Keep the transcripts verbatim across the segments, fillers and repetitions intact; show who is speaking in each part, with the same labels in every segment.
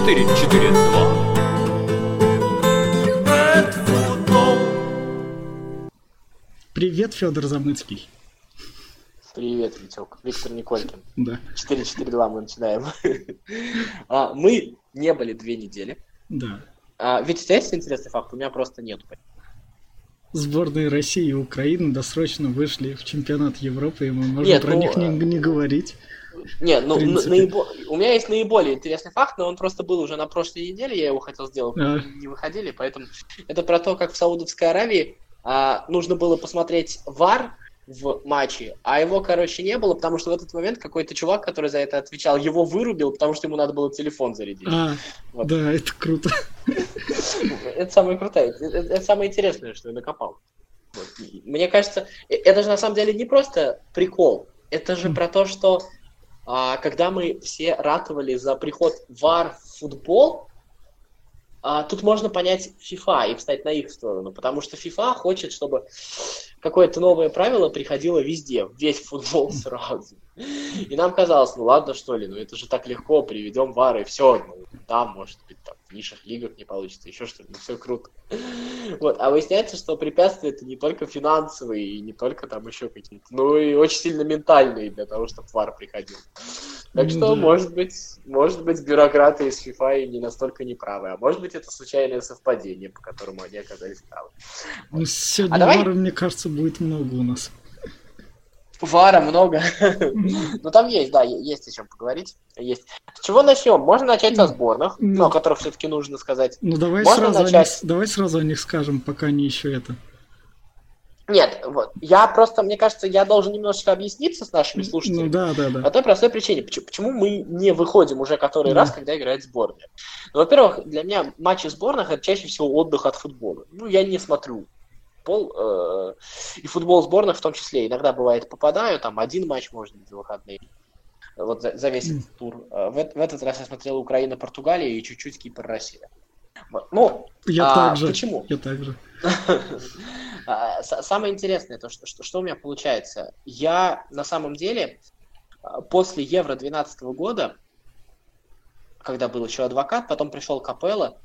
Speaker 1: четыре четыре два.
Speaker 2: Привет, Федор Замыцкий.
Speaker 3: Привет, Витек. Виктор Николькин.
Speaker 2: Да.
Speaker 3: четыре четыре два мы начинаем. а, мы не были две недели.
Speaker 2: Да.
Speaker 3: А, ведь у тебя есть интересный факт? У меня просто нету.
Speaker 2: Сборные России и Украины досрочно вышли в чемпионат Европы, и мы можем
Speaker 3: Нет,
Speaker 2: про
Speaker 3: ну,
Speaker 2: них не, не говорить.
Speaker 3: Нет, ну,
Speaker 2: принципе.
Speaker 3: наибо... у меня есть наиболее интересный факт, но он просто был уже на прошлой неделе, я его хотел сделать,
Speaker 2: А.
Speaker 3: не выходили, поэтому это про то, как в Саудовской Аравии а, нужно было посмотреть ВАР в матче, а его, короче, не было, потому что в этот момент какой-то чувак, который за это отвечал, его вырубил, потому что ему надо было телефон зарядить.
Speaker 2: А,
Speaker 3: Вот.
Speaker 2: да, это круто.
Speaker 3: Это самое крутое, это, это самое интересное, что я накопал. Вот. Мне кажется, это же на самом деле не просто прикол, это же про то, что а, когда мы все ратовали за приход ВАР в футбол, а, тут можно понять FIFA и встать на их сторону, потому что FIFA хочет, чтобы какое-то новое правило приходило везде, в весь футбол сразу. И нам казалось, ну ладно, что ли, ну это же так легко, приведем ВАР и все, ну да, может быть, там в низших лигах не получится, еще что-то, ну все круто. Вот, а выясняется, что препятствия это не только финансовые и не только там еще какие-то, но и очень сильно ментальные для того, чтобы ВАР приходил. Так
Speaker 2: Ну,
Speaker 3: что,
Speaker 2: да.
Speaker 3: может быть, может быть, бюрократы из FIFA и не настолько неправы, а может быть, это случайное совпадение, по которому они оказались правы.
Speaker 2: Ну, сегодня
Speaker 3: А давай-
Speaker 2: вара, мне кажется, будет много у нас.
Speaker 3: ВАРа много. Ну, там есть, да, есть о чем поговорить. Есть. С чего начнем? Можно начать со сборных,
Speaker 2: Ну.
Speaker 3: ну, о которых все-таки нужно сказать.
Speaker 2: Ну, давай
Speaker 3: Можно
Speaker 2: сразу, о
Speaker 3: начать?
Speaker 2: них, давай сразу о них скажем, пока не еще это.
Speaker 3: Нет, вот. Я просто, мне кажется, я должен немножечко объясниться с нашими
Speaker 2: Ну,
Speaker 3: слушателями.
Speaker 2: да, да,
Speaker 3: По
Speaker 2: да.
Speaker 3: той простой причине, поч- почему мы не выходим уже который
Speaker 2: Да.
Speaker 3: раз, когда играет сборная. Ну, во-первых, для меня матчи сборных это чаще всего отдых от футбола. Ну, я не смотрю футбол, э, и футбол сборных в том числе. Иногда бывает попадаю, там один матч может быть за выходные. Вот за, за весь этот тур. Э, В, эт- в этот раз я смотрел Украина-Португалия и чуть-чуть Кипр-Россия. Вот. Ну,
Speaker 2: Я
Speaker 3: а
Speaker 2: так же.
Speaker 3: почему?
Speaker 2: Я так же.
Speaker 3: А, с- Самое интересное, то, что, что, что у меня получается. Я на самом деле а, после Евро две тысячи двенадцатого года, когда был еще адвокат, потом пришел Капелло,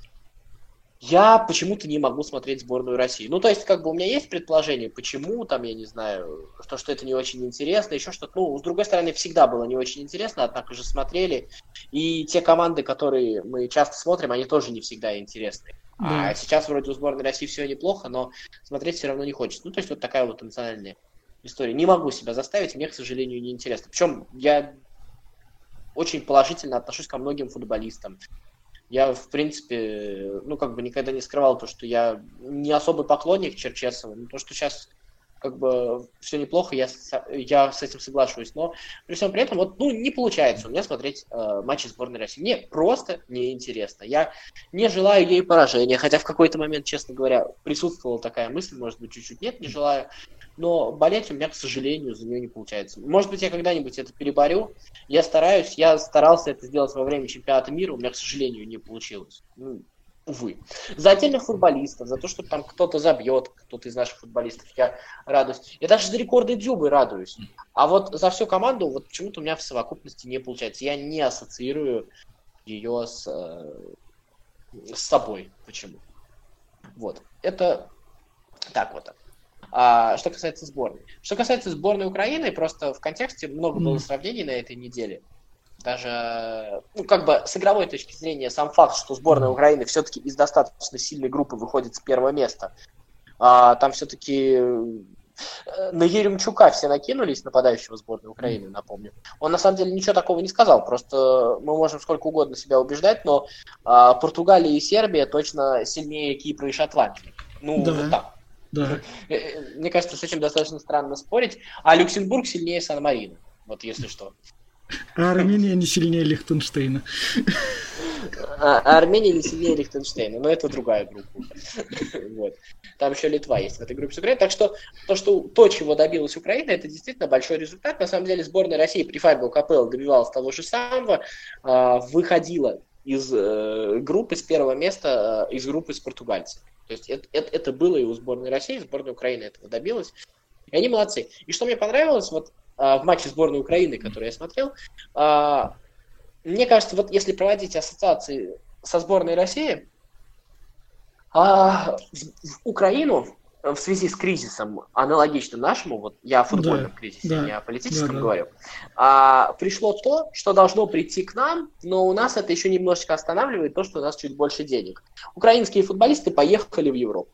Speaker 3: я почему-то не могу смотреть сборную России. Ну, то есть, как бы у меня есть предположение, почему, там, я не знаю, то, что это не очень интересно, еще что-то. Ну, с другой стороны, всегда было не очень интересно, однако же смотрели. И те команды, которые мы часто смотрим, они тоже не всегда интересны.
Speaker 2: Да.
Speaker 3: А сейчас вроде у сборной России все неплохо, но смотреть все равно не хочется. Ну, то есть, вот такая вот эмоциональная история. Не могу себя заставить, мне, к сожалению, не интересно. Причем я очень положительно отношусь ко многим футболистам. Я, в принципе, ну, как бы никогда не скрывал то, что я не особый поклонник Черчесова. Ну, то, что сейчас, как бы, все неплохо, я с, я с этим соглашусь. Но при всем при этом, вот, ну, не получается у меня смотреть э, матчи сборной России. Мне просто неинтересно. Я не желаю ей поражения, хотя в какой-то момент, честно говоря, присутствовала такая мысль, может быть, чуть-чуть нет, не желаю. Но болеть у меня, к сожалению, за нее не получается. Может быть, я когда-нибудь это переборю. Я стараюсь, я старался это сделать во время чемпионата мира, у меня, к сожалению, не получилось. Ну, увы. За отдельных футболистов, за то, что там кто-то забьет, кто-то из наших футболистов, я радуюсь. Я даже за рекорды Дзюбы радуюсь. А вот за всю команду, вот почему-то у меня в совокупности не получается. Я не ассоциирую ее с, э, с собой. Почему? Вот. Это так вот. А, что касается сборной. Что касается сборной Украины, просто в контексте много было сравнений на этой неделе. Даже, ну, как бы с игровой точки зрения, сам факт, что сборная Украины все-таки из достаточно сильной группы выходит с первого места. А, там все-таки на Еремчука все накинулись, нападающего сборной Украины, напомню. Он на самом деле ничего такого не сказал, просто мы можем сколько угодно себя убеждать, но а, Португалия и Сербия точно сильнее Кипра и Шотландии. Ну,
Speaker 2: Да.
Speaker 3: вот так.
Speaker 2: Да.
Speaker 3: Мне кажется, с этим достаточно странно спорить. А Люксембург сильнее Сан-Марино. Вот если что.
Speaker 2: А Армения не сильнее Лихтенштейна.
Speaker 3: А, а Армения не сильнее Лихтенштейна. Но это другая группа. Вот. Там еще Литва есть в этой группе с Украиной. Так что то, что то, чего добилась Украина, это действительно большой результат. На самом деле сборная России при Фабио Капелло добивалась того же самого. Выходила из группы с первого места, из группы с португальцами. То есть это, это, это было и у сборной России, сборная Украины этого добилась. И они молодцы. И что мне понравилось, вот а, в матче сборной Украины, который я смотрел, а, мне кажется, вот если проводить ассоциации со сборной России а, в, в Украину в связи с кризисом, аналогичным нашему, вот я о футбольном
Speaker 2: Да,
Speaker 3: кризисе,
Speaker 2: да,
Speaker 3: не о политическом
Speaker 2: да, да.
Speaker 3: говорю, а, пришло то, что должно прийти к нам, но у нас это еще немножечко останавливает то, что у нас чуть больше денег. Украинские футболисты поехали в Европу.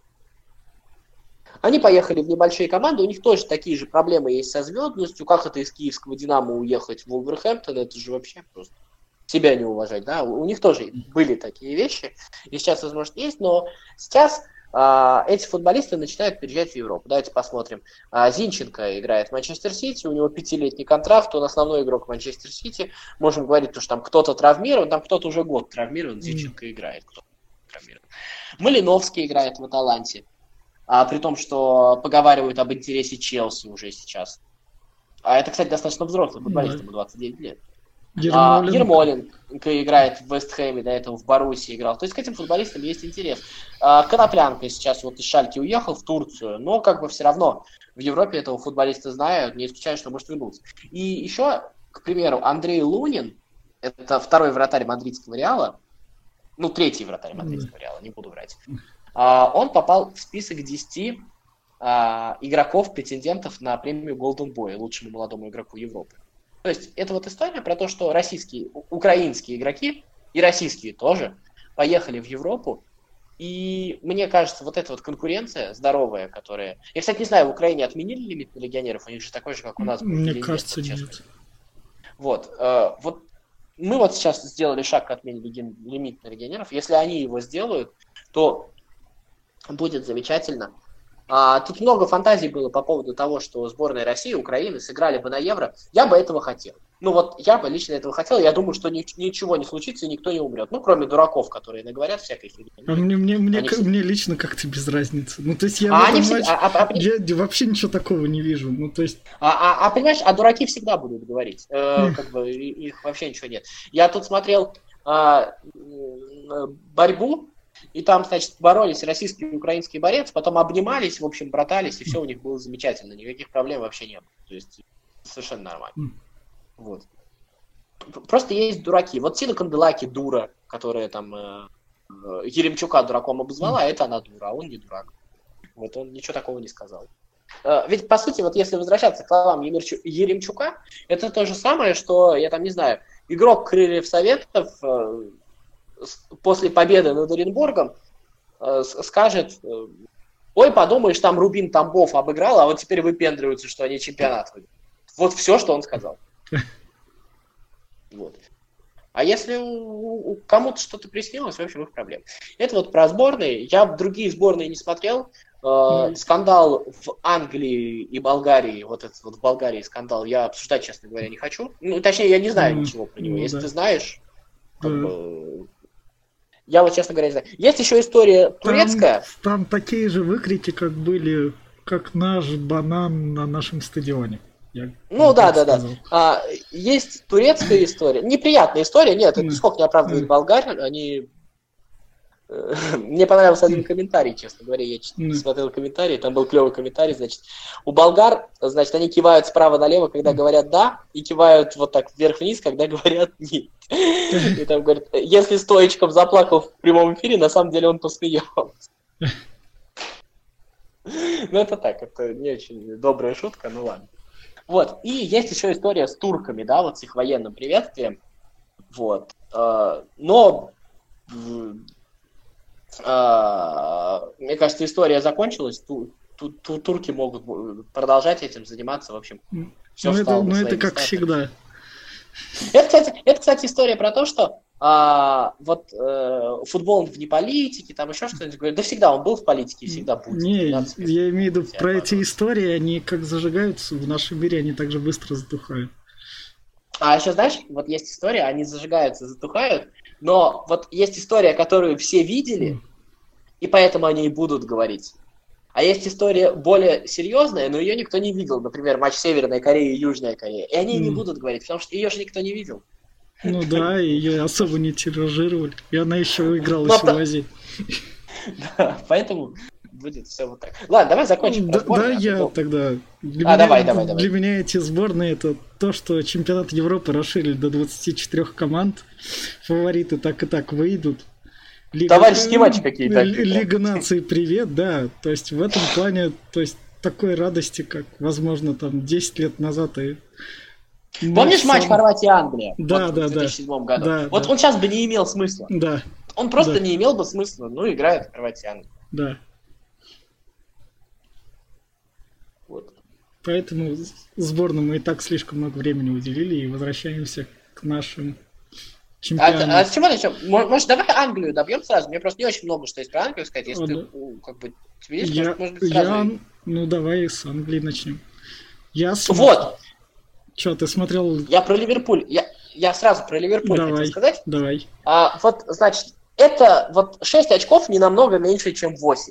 Speaker 3: Они поехали в небольшие команды, у них тоже такие же проблемы есть со звездностью, как это из киевского «Динамо» уехать в Вулверхэмптон, это же вообще просто себя не уважать, да, у, у них тоже были такие вещи, и сейчас, возможно, есть, но сейчас а, эти футболисты начинают переезжать в Европу. Давайте посмотрим. А, Зинченко играет в Манчестер Сити, у него пятилетний контракт, он основной игрок Манчестер Сити, можем говорить, что там кто-то травмирован, там кто-то уже год травмирован, Зинченко играет, кто-то травмирован. Малиновский играет в Аталанте. А, при том, что поговаривают об интересе Челси уже сейчас. А это, кстати, достаточно взрослый футболист, ему двадцать девять лет.
Speaker 2: Ермоленко.
Speaker 3: А, Ермоленко играет в Вест-Хэме, до этого в Боруссии играл. То есть к этим футболистам есть интерес. А, Коноплянка сейчас вот из Шальки уехал в Турцию, но как бы все равно в Европе этого футболиста знают, не исключаю, что может вернуться. И еще, к примеру, Андрей Лунин, это второй вратарь мадридского Реала, ну, третий вратарь мадридского Реала, не буду врать. Он попал в список десяти а, игроков, претендентов на премию Golden Boy, лучшему молодому игроку Европы. То есть это вот история про то, что российские, украинские игроки, и российские тоже, поехали в Европу, и мне кажется, вот эта вот конкуренция здоровая, которая... Я, кстати, не знаю, в Украине отменили лимит на легионеров, у них же такой же, как у нас.
Speaker 2: Мне кажется, нет.
Speaker 3: нет. Вот, э, вот мы вот сейчас сделали шаг к отмене лимита на легионеров, если они его сделают, то будет замечательно. А, тут много фантазий было по поводу того, что сборная России, Украины сыграли бы на Евро. Я бы этого хотел. Ну вот, я бы лично этого хотел. Я думаю, что ни, ничего не случится и никто не умрет. Ну, кроме дураков, которые наговорят всякой фигни.
Speaker 2: А мне, мне, мне,
Speaker 3: Они
Speaker 2: к-
Speaker 3: все-
Speaker 2: мне лично как-то без разницы. Ну, то есть я
Speaker 3: А
Speaker 2: в
Speaker 3: они
Speaker 2: этом
Speaker 3: все-
Speaker 2: матче...
Speaker 3: а- а- а-
Speaker 2: Я вообще ничего такого не вижу. Ну, то есть...
Speaker 3: А, а- а понимаешь, а дураки всегда будут говорить. Э,
Speaker 2: Хм.
Speaker 3: как бы и- их вообще ничего нет. Я тут смотрел а, м, борьбу, и там, значит, боролись российские и украинские борцы, потом обнимались, в общем, братались, и все у них было замечательно. Никаких проблем вообще не было. То есть совершенно нормально.
Speaker 2: Хм.
Speaker 3: Вот. П- Просто есть дураки. Вот Тина Канделаки дура, которая там э, э, Еремчука дураком обозвала, а это она дура, а он не дурак. Вот он ничего такого не сказал. Э, Ведь, по сути, вот если возвращаться к словам Емерчу- Еремчука, это то же самое, что, я там не знаю, игрок Крыльев Советов э, с- после победы над Оренбургом э, с- скажет, э, ой, подумаешь, там Рубин Тамбов обыграл, а вот теперь выпендриваются, что они чемпионат выиграли. Вот все, что он сказал. Вот. А если у- у кому-то что-то приснилось, в общем, их проблем. Это вот про сборные. Я в другие сборные не смотрел. Э, Скандал в Англии и Болгарии, вот этот вот в Болгарии скандал, я обсуждать, честно говоря, не хочу. Ну, точнее, я не знаю
Speaker 2: Ну,
Speaker 3: ничего про него.
Speaker 2: ну
Speaker 3: Если
Speaker 2: да.
Speaker 3: ты знаешь, как
Speaker 2: Да.
Speaker 3: бы, я вот, честно говоря, не знаю. Есть еще история турецкая.
Speaker 2: Там, там такие же выкрики, как были, как наш банан на нашем стадионе. Я
Speaker 3: Ну да,
Speaker 2: так
Speaker 3: да, да.
Speaker 2: сказал.
Speaker 3: А, есть турецкая история. Неприятная история, нет, это
Speaker 2: Мгм.
Speaker 3: нисколько не оправдывает
Speaker 2: Мгм.
Speaker 3: болгар. Они. э, Мне понравился один комментарий, честно говоря. Я ч-
Speaker 2: Мгм.
Speaker 3: смотрел комментарий, там был клевый комментарий, значит. У болгар, значит, они кивают справа налево, когда говорят да, и кивают вот так вверх-вниз, когда говорят нет. И там говорят, если стоечком заплакал в прямом эфире, на самом деле он посмеялся. Ну это так, это не очень добрая шутка, ну ладно. Вот, и есть еще история с турками, да, вот с их военным приветствием. Вот. э, Но м, э, мне кажется, история закончилась. Ту- ту- ту- Турки могут бу- продолжать этим заниматься. В общем, все
Speaker 2: Ну, это,
Speaker 3: встало на
Speaker 2: ну,
Speaker 3: свои
Speaker 2: это как
Speaker 3: места.
Speaker 2: всегда.
Speaker 3: Это, кстати, это, кстати, история про то, что а, вот э, футбол вне политики, там еще что-нибудь. Говорят, да всегда он был в политике и всегда будет.
Speaker 2: Не,
Speaker 3: Надо списать.
Speaker 2: я имею в виду
Speaker 3: Себя
Speaker 2: про эти
Speaker 3: обманывать.
Speaker 2: истории, они как зажигаются в нашем мире, они так же быстро затухают.
Speaker 3: А еще, знаешь, вот есть история, они зажигаются, затухают, но вот есть история, которую все видели, и поэтому они и будут говорить. А есть история более серьезная, но ее никто не видел. Например, матч Северной Кореи и Южной Кореи. И они не
Speaker 2: Мгм.
Speaker 3: будут говорить, потому что ее же никто не видел.
Speaker 2: Ну да, ее особо не тиражировали. И она еще игралась
Speaker 3: Ну,
Speaker 2: в
Speaker 3: то-
Speaker 2: Азии.
Speaker 3: Да, поэтому будет все вот так. Ладно, давай закончим
Speaker 2: Да,
Speaker 3: про сборную,
Speaker 2: да,
Speaker 3: а
Speaker 2: я
Speaker 3: то-
Speaker 2: тогда... Для
Speaker 3: А,
Speaker 2: меня,
Speaker 3: давай, давай, давай.
Speaker 2: Для меня эти сборные это то, что чемпионат Европы расширили до двадцати четырёх команд. Фавориты так и так выйдут. Лига...
Speaker 3: Товарищеские матчи какие-то.
Speaker 2: Лига наций, привет, да. То есть в этом плане, то есть такой радости, как, возможно, там десять лет назад и...
Speaker 3: Помнишь матч сам... Хорватия-Англия?
Speaker 2: Да,
Speaker 3: вот,
Speaker 2: да,
Speaker 3: в две тысячи седьмом
Speaker 2: да.
Speaker 3: году?
Speaker 2: Да,
Speaker 3: вот
Speaker 2: да.
Speaker 3: он сейчас бы не имел смысла.
Speaker 2: Да.
Speaker 3: Он просто
Speaker 2: да.
Speaker 3: не имел бы смысла. Ну, играет Хорватия-Англия.
Speaker 2: Да.
Speaker 3: Вот.
Speaker 2: Поэтому сборным мы и так слишком много времени уделили и возвращаемся к нашим чемпионам.
Speaker 3: А, а с чего начнем? Может, давай Англию добьем сразу? Мне просто не очень много что есть про Англию сказать. Если
Speaker 2: а,
Speaker 3: ты, ну, как бы, тебе есть,
Speaker 2: я,
Speaker 3: может, может быть, сразу...
Speaker 2: Я, ну, давай с Англии начнем. Я
Speaker 3: смотр... Вот!
Speaker 2: Че, ты смотрел...
Speaker 3: Я про Ливерпуль. Я, я сразу про Ливерпуль
Speaker 2: давай,
Speaker 3: хотел сказать.
Speaker 2: Давай.
Speaker 3: А, вот, значит, это вот шесть очков не намного меньше, чем восемь.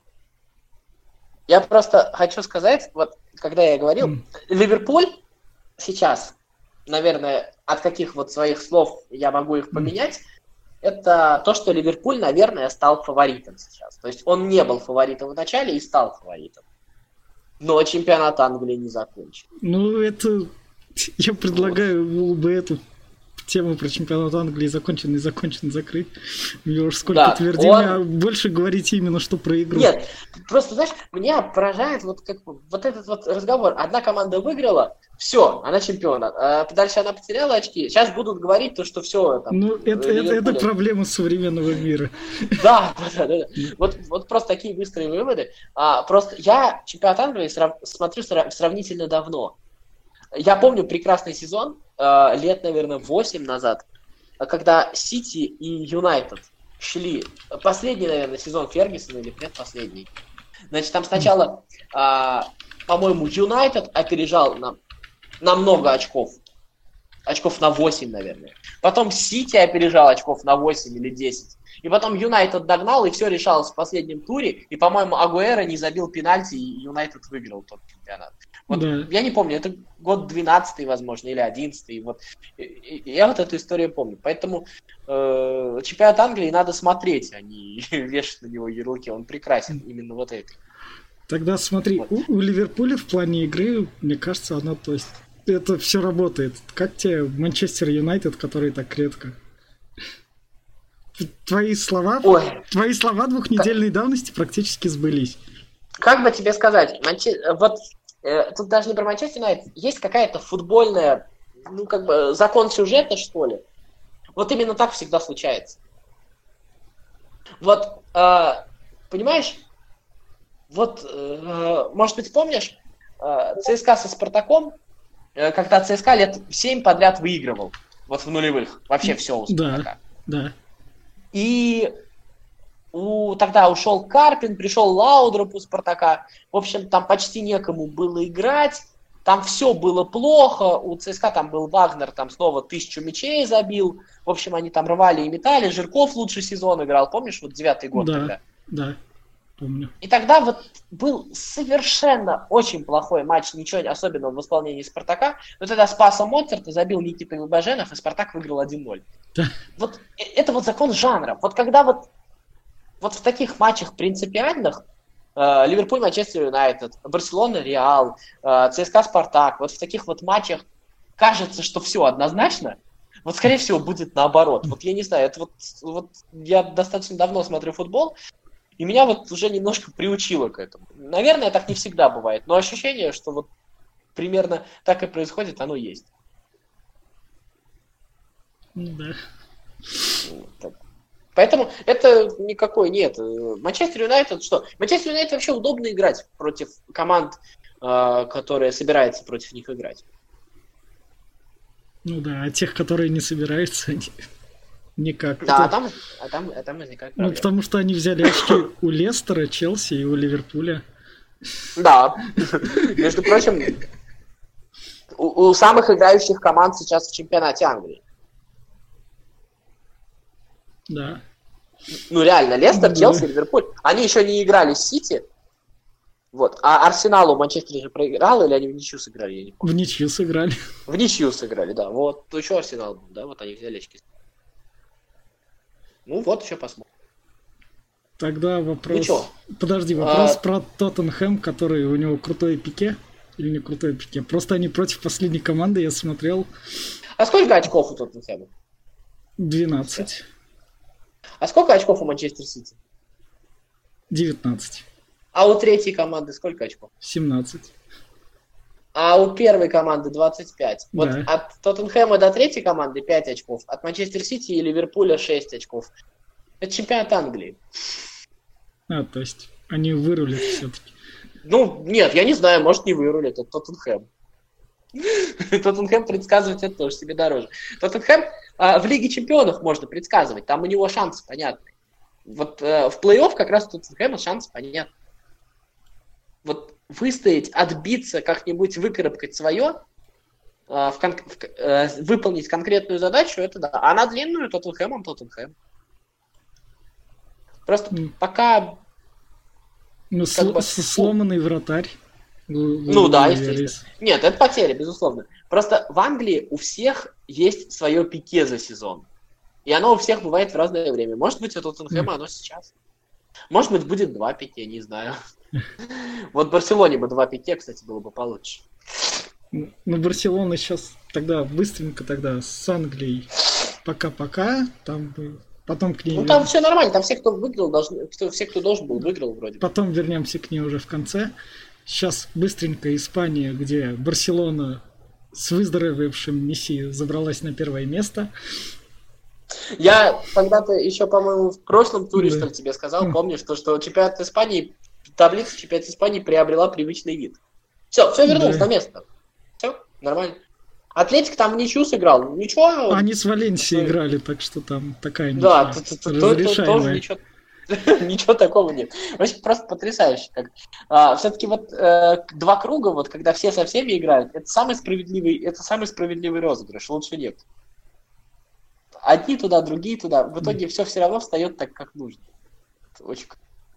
Speaker 3: Я просто хочу сказать, вот, когда я говорил, mm. Ливерпуль сейчас, наверное, от каких вот своих слов я могу их поменять, mm. это то, что Ливерпуль, наверное, стал фаворитом сейчас. То есть он не был фаворитом в начале и стал фаворитом. Но чемпионат Англии не закончен.
Speaker 2: Ну, это... Я предлагаю вот. бы эту тему про чемпионат Англии закончен и закончен закрыть. Мне уж сколько
Speaker 3: да,
Speaker 2: твердили,
Speaker 3: он...
Speaker 2: а больше говорить именно, что про игру.
Speaker 3: Нет, просто, знаешь, меня поражает вот, как, вот этот вот разговор. Одна команда выиграла, все, она чемпион. А дальше она потеряла очки. Сейчас будут говорить то, что все. Там,
Speaker 2: ну, это, это, это проблема современного мира.
Speaker 3: Да, да, да. Вот, вот просто такие быстрые выводы. А, просто я чемпионат Англии срав... смотрю сравнительно давно. Я помню прекрасный сезон, э, лет, наверное, восемь назад, когда Сити и Юнайтед шли, последний, наверное, сезон Фергюсона или предпоследний. Значит, там сначала, э, по-моему, Юнайтед опережал на, на много очков, очков на восемь, наверное. Потом Сити опережал очков на восемь или десять. И потом Юнайтед догнал, и все решалось в последнем туре. И, по-моему, Агуэро не забил пенальти, и Юнайтед выиграл тот чемпионат. Вот, да. Я не помню, это год двенадцатый, возможно, или одиннадцатый. Вот. И, и, я вот эту историю помню. Поэтому э, чемпионат Англии надо смотреть, а не вешать на него ярлыки. Он прекрасен именно вот этой.
Speaker 2: Тогда смотри, вот. у, у Ливерпуля в плане игры, мне кажется, оно, то есть, это все работает. Как тебе Манчестер Юнайтед, который так редко? Твои слова,
Speaker 3: Ой.
Speaker 2: твои слова двухнедельной давности практически сбылись.
Speaker 3: Как бы тебе сказать, Манче... вот э, тут даже не про Манчестер Юнайтед, есть какая-то футбольная, ну как бы закон сюжета, что ли. Вот именно так всегда случается. Вот, э, понимаешь, вот, э, может быть, помнишь, э, ЦСКА со Спартаком, э, когда ЦСКА лет семь подряд выигрывал, вот в нулевых, вообще все у Спартака.
Speaker 2: Да, да.
Speaker 3: И у, тогда ушел Карпин, пришел Лаудроп у Спартака. В общем, там почти некому было играть. Там все было плохо. У ЦСКА там был Вагнер, там снова тысячу мячей забил. В общем, они там рвали и метали. Жирков лучший сезон играл. Помнишь, вот девятый год
Speaker 2: да,
Speaker 3: тогда?
Speaker 2: Да, помню.
Speaker 3: И тогда вот был совершенно очень плохой матч, ничего особенного в исполнении Спартака. Но тогда спаса Моцарта забил Никита Баженов, и Спартак выиграл один ноль. Да. Вот это вот закон жанра. Вот когда вот, вот в таких матчах принципиальных э, Ливерпуль, Манчестер Юнайтед, Барселона, Реал, э, ЦСКА, Спартак, вот в таких вот матчах кажется, что все однозначно, вот скорее всего будет наоборот. Вот я не знаю, это вот, вот я достаточно давно смотрю футбол, и меня вот уже немножко приучило к этому. Наверное, так не всегда бывает, но ощущение, что вот примерно так и происходит, оно есть.
Speaker 2: Да.
Speaker 3: Вот. Поэтому это никакой нет. Манчестер Юнайтед что? Манчестер Юнайтед вообще удобно играть против команд, которые собираются против них играть.
Speaker 2: Ну да, а тех, которые не собираются, они никак.
Speaker 3: Да,
Speaker 2: это...
Speaker 3: а там, а там, а там никак.
Speaker 2: Ну, потому что они взяли очки у Лестера, Челси и у Ливерпуля.
Speaker 3: Да. Между прочим, у, у самых играющих команд сейчас в чемпионате Англии.
Speaker 2: Да.
Speaker 3: Ну реально, Лестер,
Speaker 2: да.
Speaker 3: Челси, Ливерпуль. Они еще не играли с Сити. Вот. А Арсенал у Манчестера же проиграл, или они в ничью сыграли? Я не помню.
Speaker 2: В ничью сыграли.
Speaker 3: В ничью сыграли, да. Вот. То еще Арсенал был, да, вот они взяли очки. Ну вот, еще посмотрим.
Speaker 2: Тогда вопрос...
Speaker 3: Ну,
Speaker 2: Подожди, вопрос
Speaker 3: а...
Speaker 2: про Тоттенхэм, который у него крутой пике. Или не крутой пике. Просто они против последней команды, я смотрел.
Speaker 3: А сколько очков у Тоттенхэма?
Speaker 2: двенадцать.
Speaker 3: А сколько очков у Манчестер Сити?
Speaker 2: девятнадцать.
Speaker 3: А у третьей команды сколько очков?
Speaker 2: семнадцать.
Speaker 3: А у первой команды двадцать пять. Вот
Speaker 2: Да.
Speaker 3: от Тоттенхэма до третьей команды пять очков, от Манчестер Сити и Ливерпуля шесть очков. Это чемпионат Англии.
Speaker 2: А, то есть они вырулят все-таки.
Speaker 3: Ну, нет, я не знаю, может не вырулят, это Тоттенхэм. Тоттенхэм предсказывать это тоже себе дороже. Тоттенхэм а, в Лиге Чемпионов можно предсказывать, там у него шансы понятны. Вот а, в плей-офф как раз у Тоттенхэма шансы понятны. Вот выстоять, отбиться, как-нибудь выкарабкать свое, а, в кон- в, а, выполнить конкретную задачу, это да. А на длинную Тоттенхэмом Тоттенхэм. Просто
Speaker 2: Mm.
Speaker 3: пока...
Speaker 2: Ну, сл- бы, сломанный вратарь.
Speaker 3: Ну да, естественно. Нет, это потеря, безусловно. Просто в Англии у всех есть свое пике за сезон. И оно у всех бывает в разное время. Может быть, у Тоттенхэма оно сейчас. Может быть, будет два пике, не знаю. Вот в Барселоне бы два пике, кстати, было бы получше.
Speaker 2: Ну, Барселона сейчас тогда быстренько тогда с Англией пока-пока, там бы... Потом к ней...
Speaker 3: Ну там все нормально, там все, кто выиграл, должны, кто, все, кто должен был, выиграл вроде.
Speaker 2: Потом вернемся к ней уже в конце. Сейчас быстренько Испания, где Барселона с выздоровевшим Месси забралась на первое место.
Speaker 3: Я когда-то еще, по-моему, в прошлом туре, да. что ли, тебе сказал, помнишь, то, что чемпионат Испании, таблица чемпионата Испании приобрела привычный вид. Все, все вернулось да. на место. Все, нормально. Атлетик там ничью сыграл. Ничего.
Speaker 2: Они с Валенсией что... играли, так что там такая ничего.
Speaker 3: Да, тоже ничего. Ничего такого нет. Вообще просто потрясающе. Как. А, все-таки вот э, два круга, вот когда все со всеми играют, это самый справедливый, это самый справедливый розыгрыш. Лучше нет. Одни туда, другие туда. В итоге mm. все все равно встает так, как нужно. Это очень.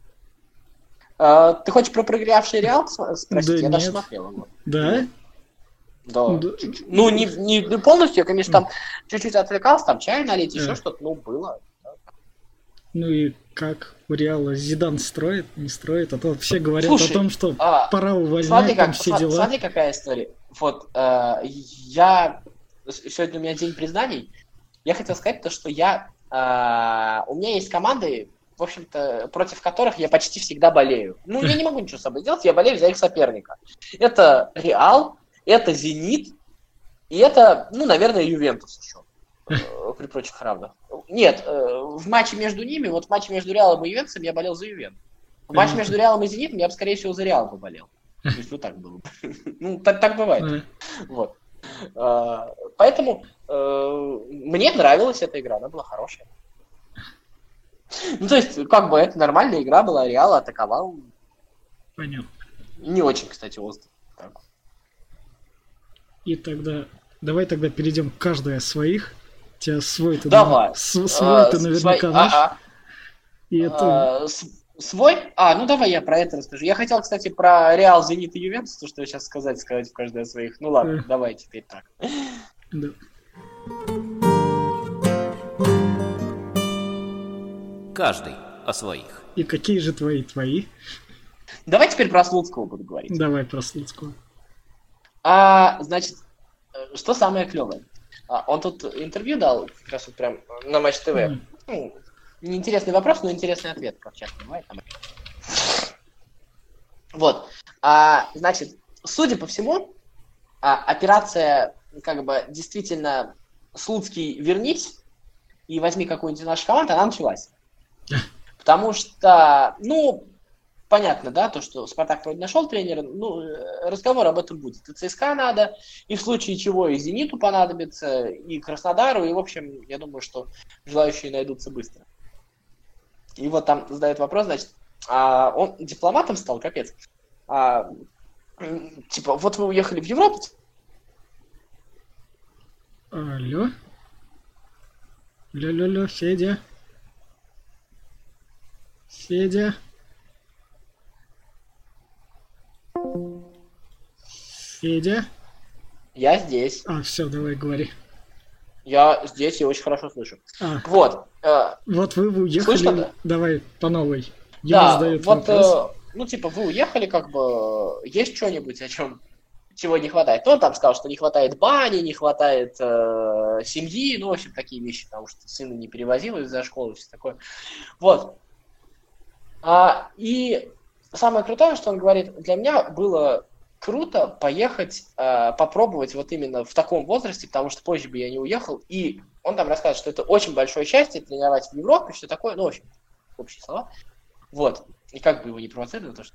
Speaker 3: А, ты хочешь про проигравший Реал спросить?
Speaker 2: Да
Speaker 3: я
Speaker 2: нет.
Speaker 3: даже смотрел его.
Speaker 2: Да?
Speaker 3: Да. да. Ну, не, не, не полностью, я, конечно, там чуть-чуть отвлекался, там чай налить, еще
Speaker 2: да.
Speaker 3: что-то, ну, было.
Speaker 2: Ну и как у Реала Зидан строит, не строит, а то все говорят
Speaker 3: Слушай,
Speaker 2: о том, что
Speaker 3: а,
Speaker 2: пора увольнять,
Speaker 3: смотри,
Speaker 2: там
Speaker 3: как,
Speaker 2: все
Speaker 3: см-
Speaker 2: дела.
Speaker 3: Смотри, какая история. Вот, э, я... Сегодня у меня день признаний. Я хотел сказать то, что я... Э, у меня есть команды, в общем-то, против которых я почти всегда болею. Ну, я не могу ничего с собой делать, я болею за их соперника. Это Реал, это Зенит, и это, ну, наверное, Ювентус еще. При прочих равных. Нет, в матче между ними, вот в матче между Реалом и Ювентусом я болел за Ювентус. В матче между Реалом и Зенитом я бы, скорее всего, за Реал поболел. То есть вот так было. Ну, так, так бывает. Вот. Поэтому мне нравилась эта игра, она была хорошая. Ну, то есть, как бы, это нормальная игра была, Реал атаковал.
Speaker 2: Понятно.
Speaker 3: Не очень, кстати, остро. Так.
Speaker 2: И тогда, давай тогда перейдем к каждой из своих. У тебя свой-то,
Speaker 3: Давай.
Speaker 2: свой-то
Speaker 3: а,
Speaker 2: наверняка
Speaker 3: свой...
Speaker 2: наш.
Speaker 3: А-а.
Speaker 2: И это...
Speaker 3: а, свой? А, ну давай я про это расскажу. Я хотел, кстати, про Реал, Зенит и Ювентус, то, что я сейчас сказать, сказать в каждой из своих. Ну ладно,
Speaker 2: а.
Speaker 3: давай теперь так.
Speaker 2: Да.
Speaker 1: Каждый о своих.
Speaker 2: И какие же твои твои?
Speaker 3: Давай теперь про Слуцкого буду говорить.
Speaker 2: Давай про Слуцкого.
Speaker 3: А, значит, что самое клевое? А, он тут интервью дал, как раз вот прям на Матч ТВ. Mm. Ну, неинтересный вопрос, но интересный ответ, как часто бывает. Вот. А, значит, судя по всему, а, операция, как бы, действительно, Слуцкий, вернись и возьми какую-нибудь из наших команд, она началась. Потому что, ну, понятно, да, то, что Спартак вроде нашел тренера, ну, разговор об этом будет. И ЦСКА надо, и в случае чего и Зениту понадобится, и Краснодару, и, в общем, я думаю, что желающие найдутся быстро. И вот там задают вопрос, значит, а он дипломатом стал, капец. А, типа, вот вы уехали в Европу.
Speaker 2: Алло? Алло-алло, Федя? Федя? Федя?
Speaker 3: Я здесь.
Speaker 2: А, все, давай, говори.
Speaker 3: Я здесь и очень хорошо слышу.
Speaker 2: А,
Speaker 3: вот. Э,
Speaker 2: вот вы уехали.
Speaker 3: Слышно?
Speaker 2: Давай, по новой.
Speaker 3: Да, вот, э, ну, типа, вы уехали, как бы, есть что-нибудь, о чем чего не хватает. Он там сказал, что не хватает бани, не хватает э, семьи, ну, в общем, такие вещи, потому что сына не перевозил из-за школы, все такое. Вот. А, и самое крутое, что он говорит, для меня было круто поехать, э, попробовать вот именно в таком возрасте, потому что позже бы я не уехал. И он там рассказывает, что это очень большое счастье тренировать в Европе, все такое, ну, в общем, общие слова. Вот. И как бы его не провоцировали, то что...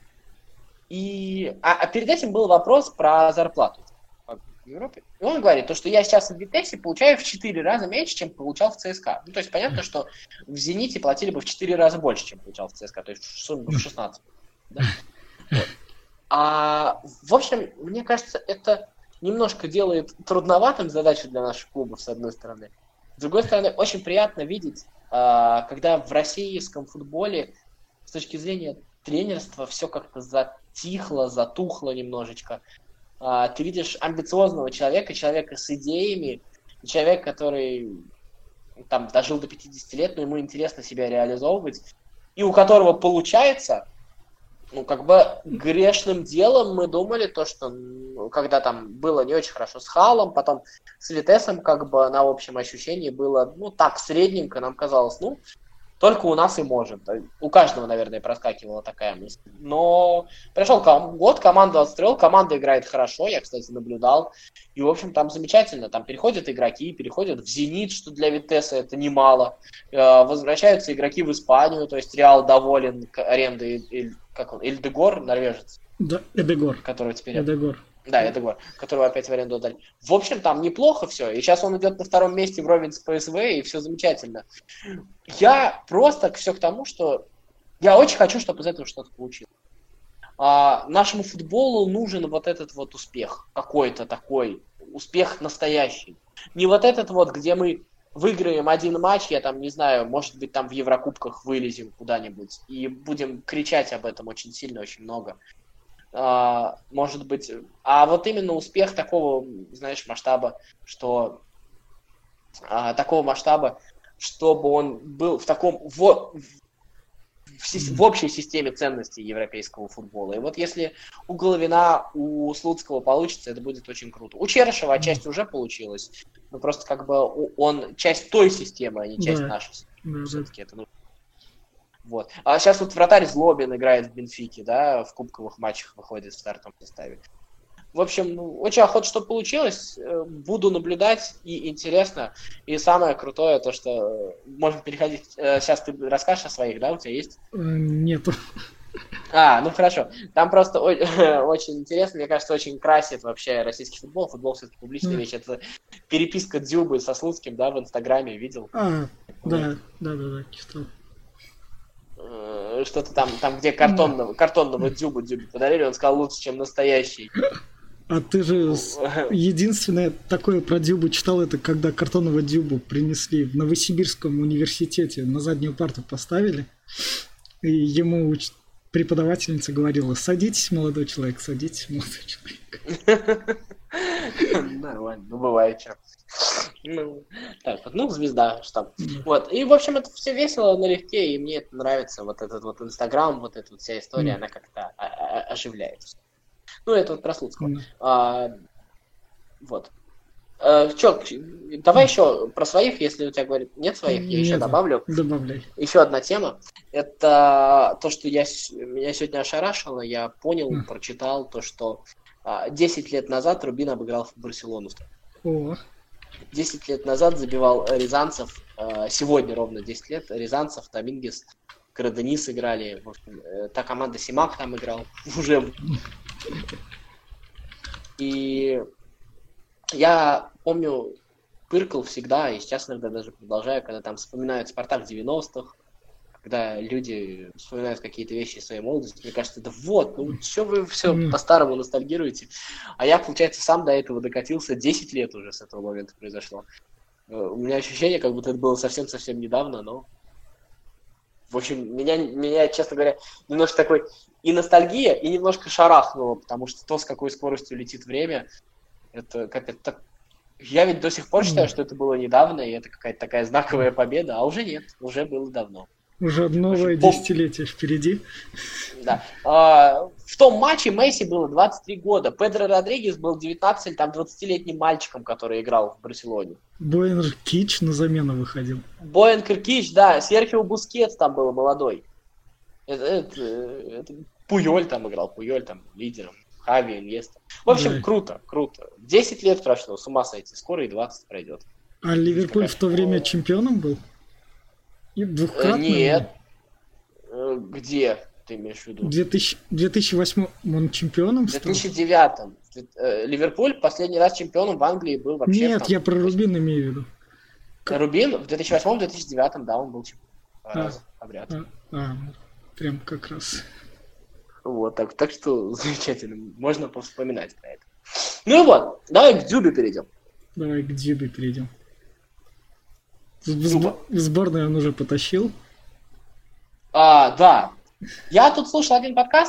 Speaker 3: И... А, а перед этим был вопрос про зарплату в Европе. И он говорит, то, что я сейчас в Витессе получаю в четыре раза меньше, чем получал в ЦСКА. Ну, то есть понятно, что в Зените платили бы в четыре раза больше, чем получал в ЦСКА. То есть в сумме в шестнадцать. Да? Вот. А, в общем, мне кажется, это немножко делает трудноватым задачу для наших клубов, с одной стороны. С другой стороны, очень приятно видеть, когда в российском футболе с точки зрения тренерства все как-то затихло, затухло немножечко. Ты видишь амбициозного человека, человека с идеями, человека, который там дожил до пятидесяти лет, но ему интересно себя реализовывать, и у которого получается. Ну, как бы грешным делом мы думали то, что ну, когда там было не очень хорошо с Халом, потом с Витессом, как бы на общем ощущении было, ну, так, средненько, нам казалось, ну, только у нас и может. У каждого, наверное, проскакивала такая мысль. Но пришел год, команду отстроил, команда играет хорошо, я, кстати, наблюдал. И, в общем, там замечательно. Там переходят игроки, переходят в «Зенит», что для Витесса это немало. Возвращаются игроки в Испанию, то есть Реал доволен арендой, как он, Эльдегор, норвежец.
Speaker 2: Да, Эдегор.
Speaker 3: Который теперь...
Speaker 2: Эдегор.
Speaker 3: Да, Эдегор, которого опять в аренду отдали. В общем, там неплохо все. И сейчас он идет на втором месте вровень с ПСВ, и все замечательно. Я просто все к тому, что я очень хочу, чтобы из этого что-то получилось. А, нашему футболу нужен вот этот вот успех. Какой-то такой. Успех настоящий. Не вот этот вот, где мы выиграем один матч, я там, не знаю, может быть, там в Еврокубках вылезем куда-нибудь и будем кричать об этом очень сильно, очень много. Uh, может быть, а вот именно успех такого, знаешь, масштаба, что uh, такого масштаба, чтобы он был в таком в, в, в, в общей системе ценностей европейского футбола. И вот если у Головина, у Слуцкого получится, это будет очень круто. У Черышева отчасти уже получилось, но просто как бы он часть той системы, а не часть
Speaker 2: да.
Speaker 3: нашей.
Speaker 2: Да,
Speaker 3: Все-таки это нужно. Вот. А сейчас вот вратарь Злобин играет в Бенфике, да, в кубковых матчах выходит в стартовом составе. В общем, ну, очень охота, что получилось. Буду наблюдать, и интересно. И самое крутое, то, что можно переходить... Сейчас ты расскажешь о своих, да, у тебя есть?
Speaker 2: Нету.
Speaker 3: А, ну хорошо. Там просто очень интересно, мне кажется, очень красит вообще российский футбол. Футбол все-таки публичная вещь. Это переписка Дзюбы со Слуцким, да, в Инстаграме, видел?
Speaker 2: А, да, да, да, да, читал.
Speaker 3: Что-то там, там где картонного, картонного Дзюбу Дзюбе подарили, он сказал лучше, чем настоящий.
Speaker 2: А ты же единственное такое про Дзюбу читал, это когда картонного Дзюбу принесли в Новосибирском университете, на заднюю парту поставили, и ему уч... преподавательница говорила: садитесь, молодой человек, садитесь, молодой человек.
Speaker 3: Нормально, ну бывает что. Ну, так вот, ну, звезда, что. Вот, и, в общем, это все весело, налегке, и мне это нравится, вот этот вот Инстаграм, вот эта вот вся история, mm. она как-то оживляется. Ну, это вот про Слуцкого. Mm. А, вот. А, чё, давай mm. еще про своих, если у тебя, говорит, нет своих, я еще добавлю.
Speaker 2: Добавляй.
Speaker 3: Еще одна тема, это то, что я, меня сегодня ошарашило, я понял, mm. прочитал то, что а, десять лет назад Рубин обыграл Барселону.
Speaker 2: О.
Speaker 3: десять лет назад забивал Рязанцев, сегодня ровно десять лет, Рязанцев, Домингес, Краденис играли, в общем, та команда Симак там играл уже. И я помню, пыркал всегда, и сейчас иногда даже продолжаю, когда там вспоминают Спартак девяностых, когда люди вспоминают какие-то вещи из своей молодости, мне кажется, да вот, ну что вы все mm. по-старому ностальгируете. А я, получается, сам до этого докатился, десять лет уже с этого момента произошло. У меня ощущение, как будто это было совсем-совсем недавно, но... В общем, меня, меня, честно говоря, немножко такой и ностальгия, и немножко шарахнуло, потому что то, с какой скоростью летит время, это как это так... Я ведь до сих пор считаю, что это было недавно, и это какая-то такая знаковая победа, а уже нет, уже было давно.
Speaker 2: Уже новое
Speaker 3: Пом-
Speaker 2: десятилетие впереди.
Speaker 3: Да. А, в том матче Месси было двадцать три года. Педро Родригес был девятнадцать или там двадцатилетним мальчиком, который играл в Барселоне.
Speaker 2: Боэн Кич на замену выходил.
Speaker 3: Боэн Киркич, да, Серхио Бускетс там был молодой. Это, это, это Пуйоль там играл, Пуйоль там лидером. Хави, Иньеста. В общем,
Speaker 2: Да.
Speaker 3: круто, круто. десять лет прошло, с ума сойти. Скоро и двадцать пройдет.
Speaker 2: А Ливерпуль в то время чемпионом был? И
Speaker 3: Э,
Speaker 2: двухкратным?
Speaker 3: Нет. Э, Где ты имеешь в виду?
Speaker 2: В две тысячи в две тысячи восьмом он чемпионом
Speaker 3: В
Speaker 2: стал?
Speaker 3: две тысячи девятом. Э, Ливерпуль последний раз чемпионом в Англии был вообще...
Speaker 2: Нет,
Speaker 3: там,
Speaker 2: я про Рубин имею в виду.
Speaker 3: Рубин в две тысячи восьмом - две тысячи девятом, да, он был чемпионом. Два
Speaker 2: А.
Speaker 3: раза подряд.
Speaker 2: А, а, прям как раз.
Speaker 3: Вот, так, так что замечательно. Можно повспоминать про это. Ну и вот, давай к Дзюбе перейдем.
Speaker 2: Давай к Дзюбе перейдем. В, в сбо- в сборную он уже потащил.
Speaker 3: А, да. Я тут слушал один подкаст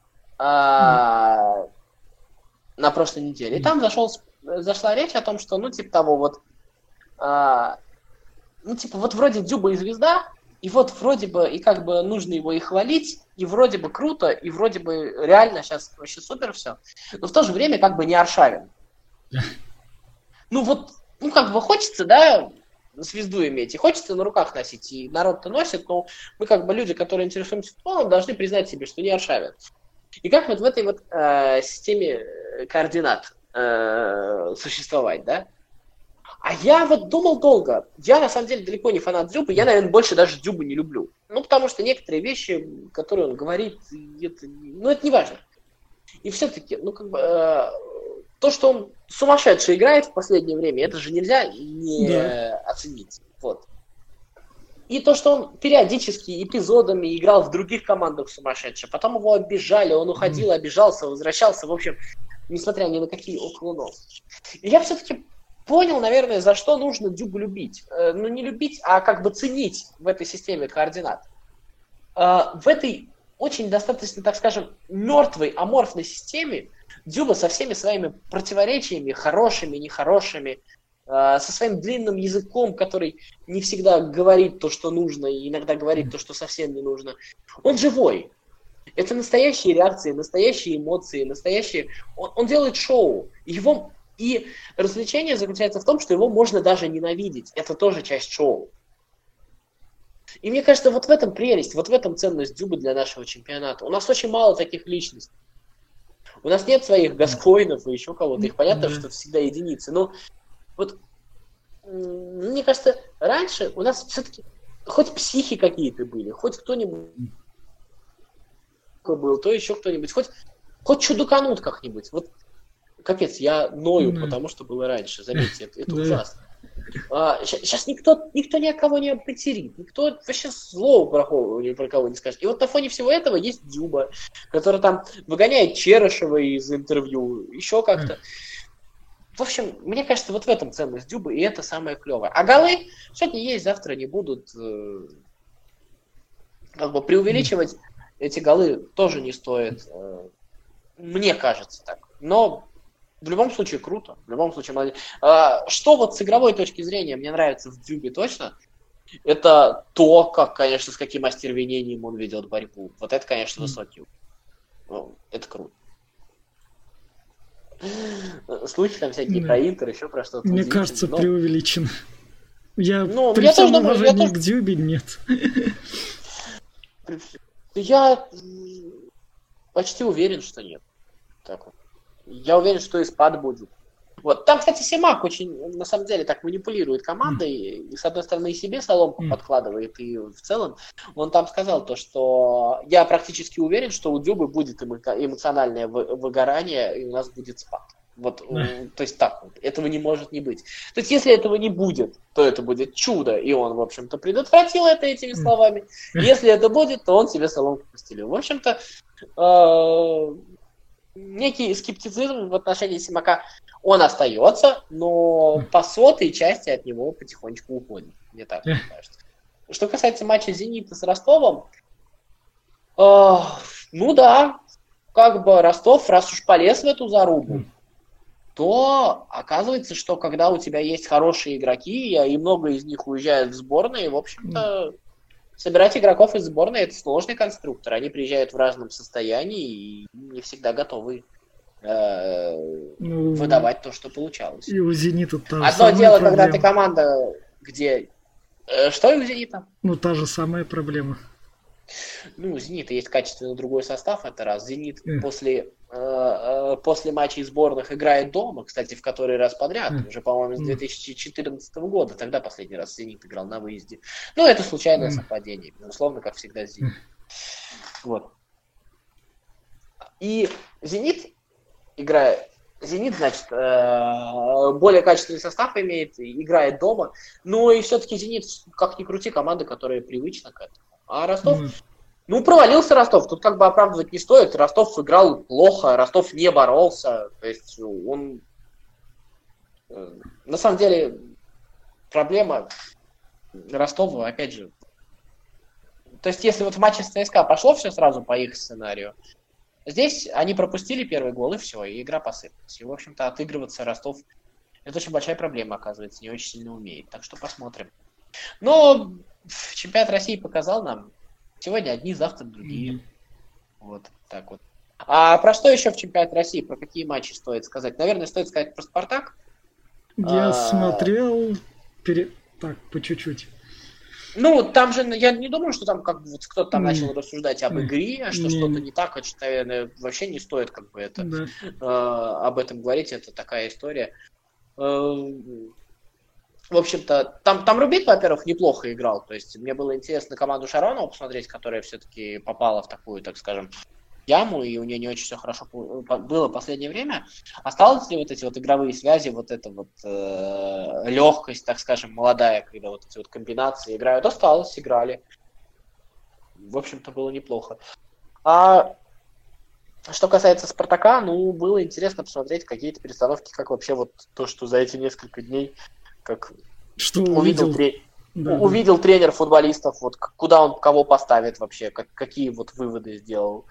Speaker 3: а, на прошлой неделе. И там зашел, зашла речь о том, что, ну, типа того, вот, а, ну, типа, вот вроде Дзюба и звезда, и вот вроде бы, и как бы нужно его и хвалить, и вроде бы круто, и вроде бы реально сейчас вообще супер все, но в то же время как бы не Аршавин. Ну вот, ну как бы хочется, да, звезду иметь, и хочется на руках носить, и народ-то носит, но мы как бы люди, которые интересуемся футболом, должны признать себе, что не Аршавин. И как вот в этой вот э, системе координат э, существовать, да? А я вот думал долго. Я, на самом деле, далеко не фанат Дзюбы. Я, наверное, больше даже Дзюбу не люблю. Ну, потому что некоторые вещи, которые он говорит, это, ну, это не важно. И все-таки, ну, как бы, э, то, что он сумасшедше играет в последнее время, это же нельзя не
Speaker 2: Да.
Speaker 3: оценить. Вот. И то, что он периодически эпизодами играл в других командах сумасшедше, потом его обижали, он уходил, обижался, возвращался, в общем, несмотря ни на какие околунов. И я все-таки понял, наверное, за что нужно Дзюбу любить. Э, ну, не любить, а как бы ценить в этой системе координат. Э, в этой очень достаточно, так скажем, мертвой, аморфной системе Дзюба со всеми своими противоречиями, хорошими, нехорошими, э, со своим длинным языком, который не всегда говорит то, что нужно, и иногда говорит то, что совсем не нужно. Он живой. Это настоящие реакции, настоящие эмоции, настоящие... Он, он делает шоу. Его... И развлечение заключается в том, что его можно даже ненавидеть. Это тоже часть шоу. И мне кажется, вот в этом прелесть, вот в этом ценность Дзюбы для нашего чемпионата. У нас очень мало таких личностей. У нас нет своих Гаскоинов и еще кого-то. Их понятно, что всегда единицы. Но вот мне кажется, раньше у нас все-таки хоть психи какие-то были, хоть кто-нибудь был, то еще кто-нибудь, хоть, хоть чудуканут как-нибудь. Вот капец, я ною, mm-hmm. потому что было раньше, заметьте, это, это ужасно. А, сейчас никто, никто ни от кого не обматерит, никто вообще слова про, ни про кого не скажет. И вот на фоне всего этого есть Дзюба, который там выгоняет Черышева из интервью, еще как-то. Mm-hmm. В общем, мне кажется, вот в этом ценность Дзюбы, и это самое клевое. А голы сегодня есть, завтра не будут. Э, как бы преувеличивать mm-hmm. эти голы тоже не стоит. Э, мне кажется так. Но в любом случае круто, в любом случае молодец. А, что вот с игровой точки зрения мне нравится в Дзюбе точно, это то, как, конечно, с каким остервенением он ведет борьбу. Вот это, конечно, высокий. Ну, это круто. Слухи там всякие да. про Интер, еще про что-то.
Speaker 2: Мне кажется, но... преувеличено. Я
Speaker 3: ну,
Speaker 2: при
Speaker 3: я
Speaker 2: всем
Speaker 3: тоже
Speaker 2: уважении
Speaker 3: думаю, я
Speaker 2: к Дзюбе нет.
Speaker 3: Я почти уверен, что нет. Так вот. Я уверен, что и спад будет. Вот. Там, кстати, Симак очень, на самом деле, так манипулирует командой, и, с одной стороны, и себе соломку mm. подкладывает, и в целом он там сказал то, что я практически уверен, что у Дзюбы будет эмоциональное выгорание, и у нас будет спад. Вот, mm. то есть так вот, этого не может не быть. То есть если этого не будет, то это будет чудо, и он, в общем-то, предотвратил это этими словами. Mm. Если это будет, то он себе соломку постелил. В общем-то, э- некий скептицизм в отношении Симака, он остается, но по сотой части от него потихонечку уходит. Мне так кажется. Что касается матча Зенита с Ростовом, э, ну да, как бы Ростов, раз уж полез в эту зарубу, то оказывается, что когда у тебя есть хорошие игроки, и много из них уезжают в сборные, в общем-то, собирать игроков из сборной — это сложный конструктор. Они приезжают в разном состоянии и не всегда готовы э, ну, выдавать то, что получалось.
Speaker 2: И у «Зенита» та же
Speaker 3: Одно
Speaker 2: самая
Speaker 3: дело,
Speaker 2: проблема.
Speaker 3: когда ты команда, где... Э, что и у «Зенита»?
Speaker 2: Ну, та же самая проблема.
Speaker 3: Ну, у «Зенита» есть качественно другой состав, это раз. «Зенит» mm. после, э, э, после матчей сборных играет дома, кстати, в который раз подряд, mm. уже, по-моему, с две тысячи четырнадцатого года. Тогда последний раз «Зенит» играл на выезде. Ну, это случайное mm. совпадение, безусловно, как всегда с «Зенитом». Mm. Вот. И «Зенит» играет... «Зенит», значит, э, более качественный состав имеет, играет дома, но и все-таки «Зенит», как ни крути, команда, которая привычна к этому. А Ростов, mm. ну, провалился Ростов. Тут как бы оправдывать не стоит. Ростов играл плохо, Ростов не боролся. То есть он... На самом деле, проблема Ростова, опять же... То есть если вот в матче с ЦСКА пошло все сразу по их сценарию, здесь они пропустили первый гол, и все, и игра посыпалась. И, в общем-то, отыгрываться Ростов... Это очень большая проблема, оказывается, не очень сильно умеет. Так что посмотрим. Но... Чемпионат России показал нам, сегодня одни, завтра другие. Mm-hmm. Вот так вот. А про что еще в чемпионате России? Про какие матчи стоит сказать? Наверное, стоит сказать про «Спартак».
Speaker 2: Я
Speaker 3: а...
Speaker 2: смотрел пере... так, по чуть-чуть.
Speaker 3: Ну, там же, я не думаю, что там как бы вот кто-то там mm. начал рассуждать об игре, что mm. что-то не так, что, наверное, вообще не стоит как бы это mm. э, об этом говорить. Это такая история. Э, В общем-то, там, там Рубин, во-первых, неплохо играл. То есть мне было интересно команду Шаронова посмотреть, которая все-таки попала в такую, так скажем, яму, и у нее не очень все хорошо было в последнее время. Осталось ли вот эти вот игровые связи, вот эта вот э, легкость, так скажем, молодая, когда вот эти вот комбинации играют? Осталось, играли. В общем-то, было неплохо. А что касается «Спартака», ну, было интересно посмотреть какие-то перестановки, как вообще вот то, что за эти несколько дней как
Speaker 2: что
Speaker 3: увидел,
Speaker 2: увидел,
Speaker 3: тре...
Speaker 2: да,
Speaker 3: увидел
Speaker 2: да.
Speaker 3: тренер футболистов, вот куда он кого поставит вообще, как, какие вот выводы сделал.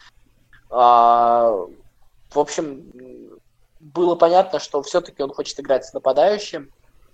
Speaker 3: А, в общем, было понятно, что все-таки он хочет играть с нападающим.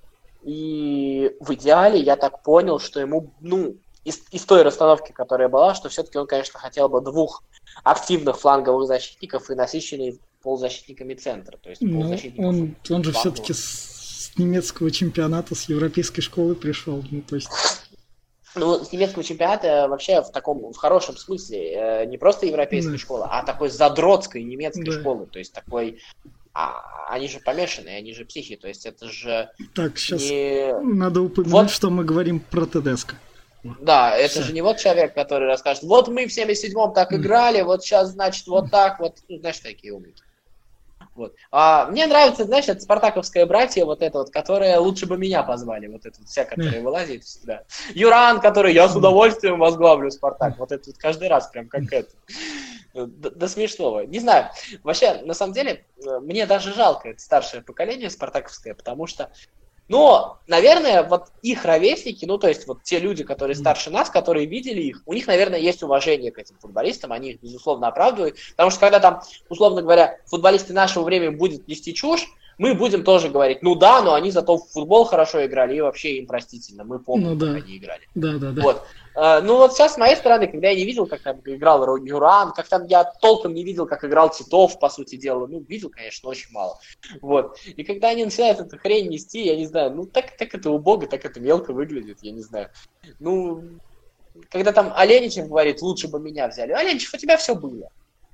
Speaker 3: И в идеале я так понял, что ему, ну, из, из той расстановки, которая была, что все-таки он, конечно, хотел бы двух активных фланговых защитников и насыщенный полузащитниками центра. То есть
Speaker 2: ну, он, он же все-таки с немецкого чемпионата, с европейской школы пришел. Ну, то есть...
Speaker 3: ну, с немецкого чемпионата вообще в таком, в хорошем смысле, не просто европейской да. школы, а такой задротской немецкой да. школы. То есть такой... А, они же помешанные, они же психи. То есть это же...
Speaker 2: Так, сейчас
Speaker 3: не...
Speaker 2: надо упомянуть, вот... что мы говорим про Тедеско.
Speaker 3: Да, это Все. же не вот человек, который расскажет, вот мы в семьдесят седьмом так mm. играли, вот сейчас, значит, вот так, вот, ну, знаешь, такие умники. Вот. А мне нравится, знаешь, это спартаковское братье, вот это вот, которое лучше бы меня позвали, вот это вот вся, которая вылазит всегда. Юран, который я с удовольствием возглавлю Спартак, вот это вот каждый раз прям как это. До, до смешного. Не знаю, вообще, на самом деле, мне даже жалко это старшее поколение спартаковское, потому что но, наверное, вот их ровесники, ну, то есть вот те люди, которые старше нас, которые видели их, у них, наверное, есть уважение к этим футболистам, они их, безусловно, оправдывают, потому что когда там, условно говоря, футболисты нашего времени будут нести чушь, мы будем тоже говорить, ну да, но они зато в футбол хорошо играли, и вообще им простительно, мы помним, ну, да. как они играли.
Speaker 2: Да, да, да.
Speaker 3: Вот. Ну вот сейчас с моей стороны, когда я не видел, как там играл Юран, как там я толком не видел, как играл Титов, по сути дела, ну видел, конечно, очень мало. Вот. И когда они начинают эту хрень нести, я не знаю, ну так, так это убого, так это мелко выглядит, я не знаю. Ну, когда там Оленичев говорит, лучше бы меня взяли. Оленичев, у тебя все было.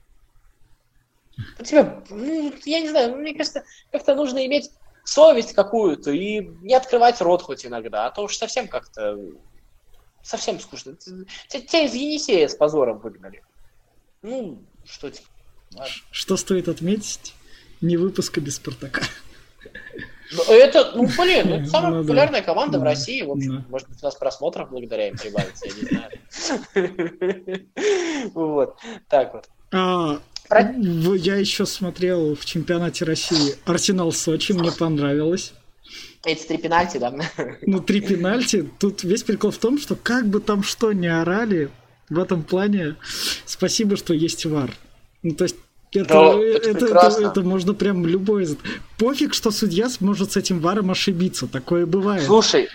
Speaker 3: У тебя, ну, я не знаю, мне кажется, как-то нужно иметь совесть какую-то и не открывать рот хоть иногда, а то уж совсем как-то... Совсем скучно. Тебя из Енисея с позором выгнали. Ну, что тебе?
Speaker 2: Что стоит отметить? Не выпуска без Спартака.
Speaker 3: Это, ну, блин, это самая ну, популярная да. команда да. в России. В общем,
Speaker 2: да.
Speaker 3: может быть, у нас просмотров благодаря им прибавится, я не знаю. Вот, так вот.
Speaker 2: А, я еще смотрел в чемпионате России Арсенал Сочи, мне понравилось.
Speaker 3: Эти три пенальти, да?
Speaker 2: Ну, три пенальти. Тут весь прикол в том, что как бы там что ни орали, в этом плане спасибо, что есть ВАР. Ну, то есть это, да, это, это, это, это можно прям любой... Пофиг, что судья сможет с этим ВАРом ошибиться. Такое бывает.
Speaker 3: Слушай,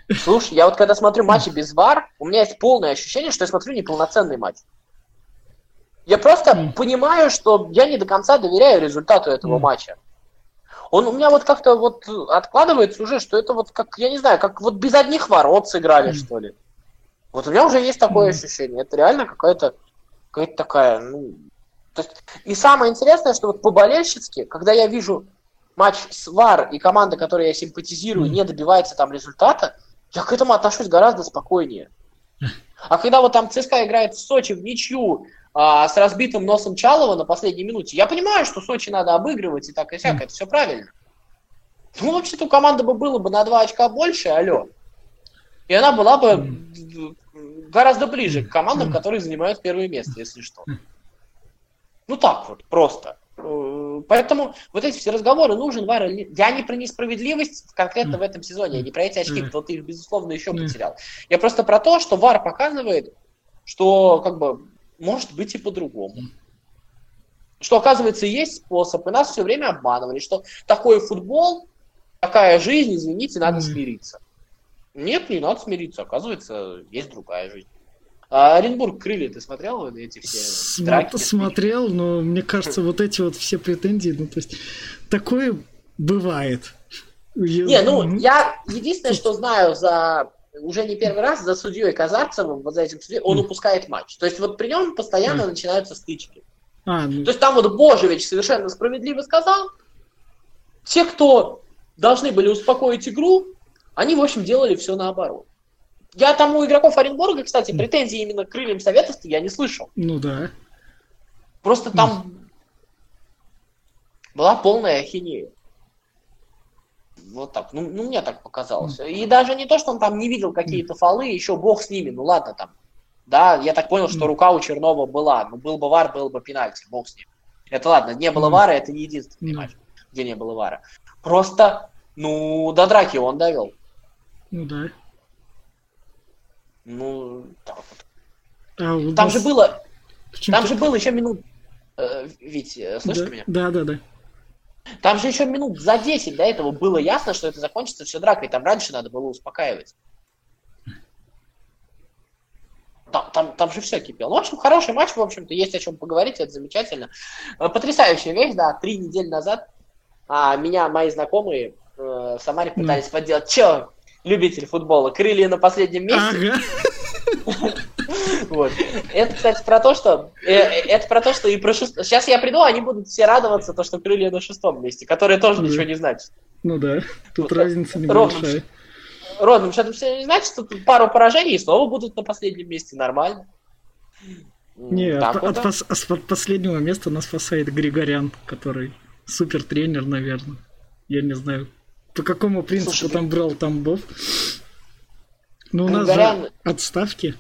Speaker 3: Слушай, я вот когда смотрю матчи без ВАР, у меня есть полное ощущение, что я смотрю неполноценный матч. Я просто mm. понимаю, что я не до конца доверяю результату этого mm. матча. Он у меня вот как-то вот откладывается уже, что это вот как, я не знаю, как вот без одних ворот сыграли, mm. что ли. Вот у меня уже есть такое mm. ощущение. Это реально какая-то, какая-то такая, ну... То есть, и самое интересное, что вот по-болельщицки, когда я вижу матч с ВАР и команда, которой я симпатизирую, mm. не добивается там результата, я к этому отношусь гораздо спокойнее. А когда вот там ЦСКА играет в Сочи в ничью а, с разбитым носом Чалова на последней минуте, я понимаю, что Сочи надо обыгрывать и так и сяк, mm. это все правильно. Ну, вообще-то у команды бы было бы на два очка больше, алло. И она была бы mm. гораздо ближе к командам, mm. которые занимают первое место, если что. Ну так вот, просто. Поэтому вот эти все разговоры, нужен ВАР или нет. Я не про несправедливость конкретно в этом сезоне, я не про эти очки, кто ты их, безусловно, еще потерял. Я просто про то, что ВАР показывает, что как бы может быть и по-другому. Что, оказывается, есть способ, и нас все время обманывали, что такой футбол, такая жизнь, извините, надо смириться. Нет, не надо смириться, оказывается, есть другая жизнь. А Оренбург, Крылья, ты смотрел вот эти все
Speaker 2: См-
Speaker 3: драки?
Speaker 2: Смотрел, но мне кажется, вот эти вот все претензии, ну, то есть, такое бывает.
Speaker 3: Не, ну, я единственное, что знаю за уже не первый раз, за судьей Казарцевым, вот за этим судьей, он упускает матч. То есть, вот при нем постоянно а. начинаются стычки.
Speaker 2: А, ну...
Speaker 3: То есть, там вот Божевич совершенно справедливо сказал, те, кто должны были успокоить игру, они, в общем, делали все наоборот. Я там у игроков Оренбурга, кстати, претензий именно к Крыльям Советовства я не слышал.
Speaker 2: Ну да.
Speaker 3: Просто там mm. была полная ахинея. Вот так. Ну, ну, мне так показалось. Mm. И даже не то, что он там не видел какие-то фолы, еще бог с ними. Ну ладно там. Да, я так понял, что mm. рука у Чернова была. Ну, был бы ВАР, был бы пенальти. Бог с ним. Это ладно, не было mm. ВАРа, это не единственный mm. матч, где не было ВАРа. Просто, ну, до драки он довел.
Speaker 2: Ну да.
Speaker 3: Ну, так вот.
Speaker 2: А,
Speaker 3: там
Speaker 2: нас...
Speaker 3: же было,
Speaker 2: Почему-то...
Speaker 3: там же было еще минут, э, Вить, слышишь
Speaker 2: да,
Speaker 3: меня?
Speaker 2: Да, да, да.
Speaker 3: Там же еще минут за десять до этого было ясно, что это закончится все дракой. Там раньше надо было успокаивать. Там, там, там же все кипело. Ну, в общем, хороший матч, в общем-то, есть о чем поговорить, это замечательно. Потрясающая вещь, да, три недели назад а, меня мои знакомые э, в Самаре пытались mm. подделать. Че? Любитель футбола. Крылья на последнем месте. Ага. Вот. Это, кстати, про то, что это про то, что и про шест... Сейчас я приду, они будут все радоваться, то, что Крылья на шестом месте, которое тоже
Speaker 2: да.
Speaker 3: ничего не значит.
Speaker 2: Ну да, тут
Speaker 3: вот,
Speaker 2: разница небольшая.
Speaker 3: Ровным счетом все не значит, что тут пару поражений и снова будут на последнем месте. Нормально.
Speaker 2: Не, от, вот, от, да? пос... от последнего места нас спасает Григорян, который супер тренер, наверное. Я не знаю. По какому принципу Слушай, там брал Тамбов? Ну, у нас Григорян... же отставки.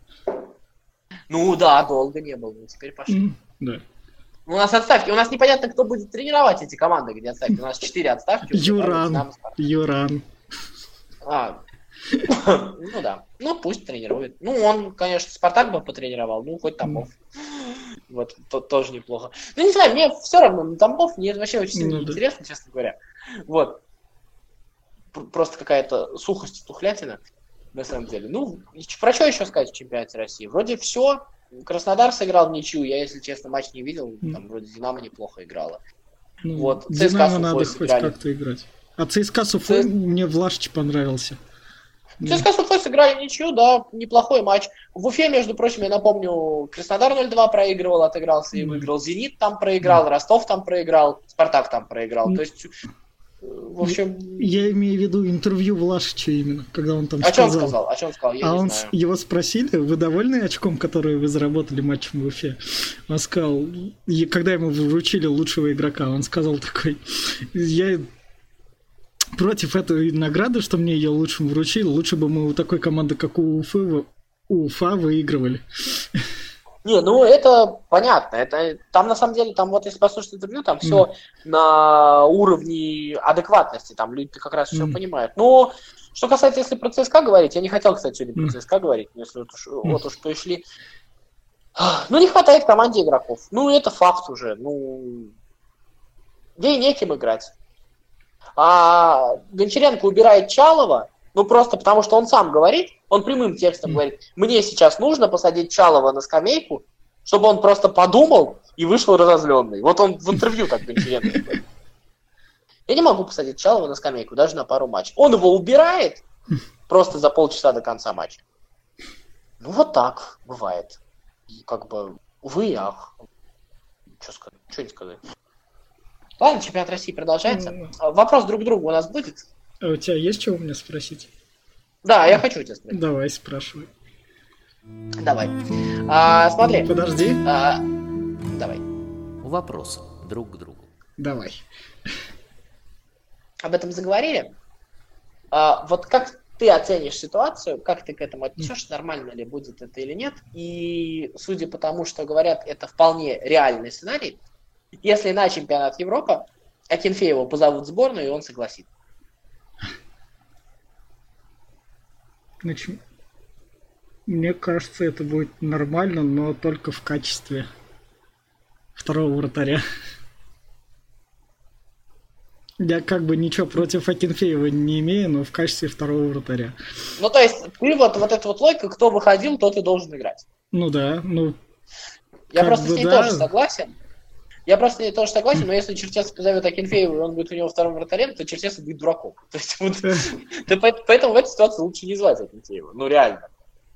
Speaker 3: Ну да, долго не было, но теперь пошли.
Speaker 2: Mm, да.
Speaker 3: У нас отставки. У нас непонятно, кто будет тренировать эти команды, где отставки. У нас четыре отставки.
Speaker 2: Юран. Юран.
Speaker 3: А, ну да. Ну пусть тренирует. Ну он, конечно, Спартак бы потренировал, ну хоть Тамбов. Вот, то, тоже неплохо. Ну не знаю, мне все равно на Тамбов, мне вообще очень сильно ну, интересно, да. честно говоря. Вот. Просто какая-то сухость, тухлятина, на самом деле. Ну, про что еще сказать в чемпионате России? Вроде все. Краснодар сыграл в ничью, я, если честно, матч не видел. Там вроде Динамо неплохо играла.
Speaker 2: Ну,
Speaker 3: вот.
Speaker 2: Динамо надо хоть как-то играть. А ЦСКА с Уфой Ц... мне Влашич понравился.
Speaker 3: ЦСКА с Уфой сыграли ничью, да, неплохой матч. В Уфе, между прочим, я напомню, Краснодар ноль два проигрывал, отыгрался и выиграл. Зенит там проиграл, mm. Ростов там проиграл, Спартак там проиграл. Mm. То есть, в общем...
Speaker 2: Я имею в виду интервью Влашича именно, когда он там
Speaker 3: а
Speaker 2: сказал.
Speaker 3: О чем он сказал? О чем он сказал? Я
Speaker 2: а
Speaker 3: не
Speaker 2: он
Speaker 3: знаю.
Speaker 2: Его спросили, вы довольны очком, который вы заработали матчем в Уфе? Он сказал, когда ему вручили лучшего игрока, он сказал такой, я... против этой награды, что мне ее лучшим вручили, лучше бы мы у такой команды, как у Уфы, у Уфа выигрывали.
Speaker 3: Не, ну это понятно. Это, там на самом деле, там вот если послушать интервью, там все mm. на уровне адекватности. Там люди как раз все mm. понимают. Но что касается, если про ЦСКА говорить, я не хотел, кстати, сегодня mm. про ЦСКА говорить, но если вот уж, mm. вот уж пришли. Ну, не хватает команде игроков. Ну, это факт уже. Ну, ей неким играть. А Гончаренко убирает Чалова, Ну, просто потому что он сам говорит, он прямым текстом говорит, мне сейчас нужно посадить Чалова на скамейку, чтобы он просто подумал и вышел разозленный. Вот он в интервью так конферентно говорит. Я не могу посадить Чалова на скамейку, даже на пару матчей. Он его убирает просто за полчаса до конца матча. Ну, вот так бывает. И как бы, увы и ах. Что сказать? Что не сказать? Ладно, чемпионат России продолжается. Вопрос друг к другу у нас будет?
Speaker 2: А у тебя есть чего у меня спросить?
Speaker 3: Да, я хочу тебя спросить.
Speaker 2: Давай, спрашивай.
Speaker 3: Давай. А, смотри.
Speaker 2: Подожди.
Speaker 3: А, давай.
Speaker 1: Вопрос друг к другу.
Speaker 2: Давай.
Speaker 3: Об этом заговорили. А, вот как ты оценишь ситуацию, как ты к этому отнесешься, нормально ли будет это или нет? И судя по тому, что говорят, это вполне реальный сценарий. Если на чемпионат Европы Акинфеева позовут в сборную, и он согласится.
Speaker 2: Значит, мне кажется, это будет нормально, но только в качестве второго вратаря. Я как бы ничего против Акинфеева не имею, но в качестве второго вратаря.
Speaker 3: Ну, то есть, ты вот, вот эта вот логика, кто выходил, тот и должен играть.
Speaker 2: Ну да, ну...
Speaker 3: Я просто
Speaker 2: бы
Speaker 3: с ней
Speaker 2: да.
Speaker 3: тоже согласен. Я просто с ней тоже согласен, но если Черчесов позовет Акинфеева, и он будет у него вторым вратарем, то Черчесов будет дураком. То есть, вот, поэтому в этой ситуации лучше не звать Акинфеева. Ну, реально.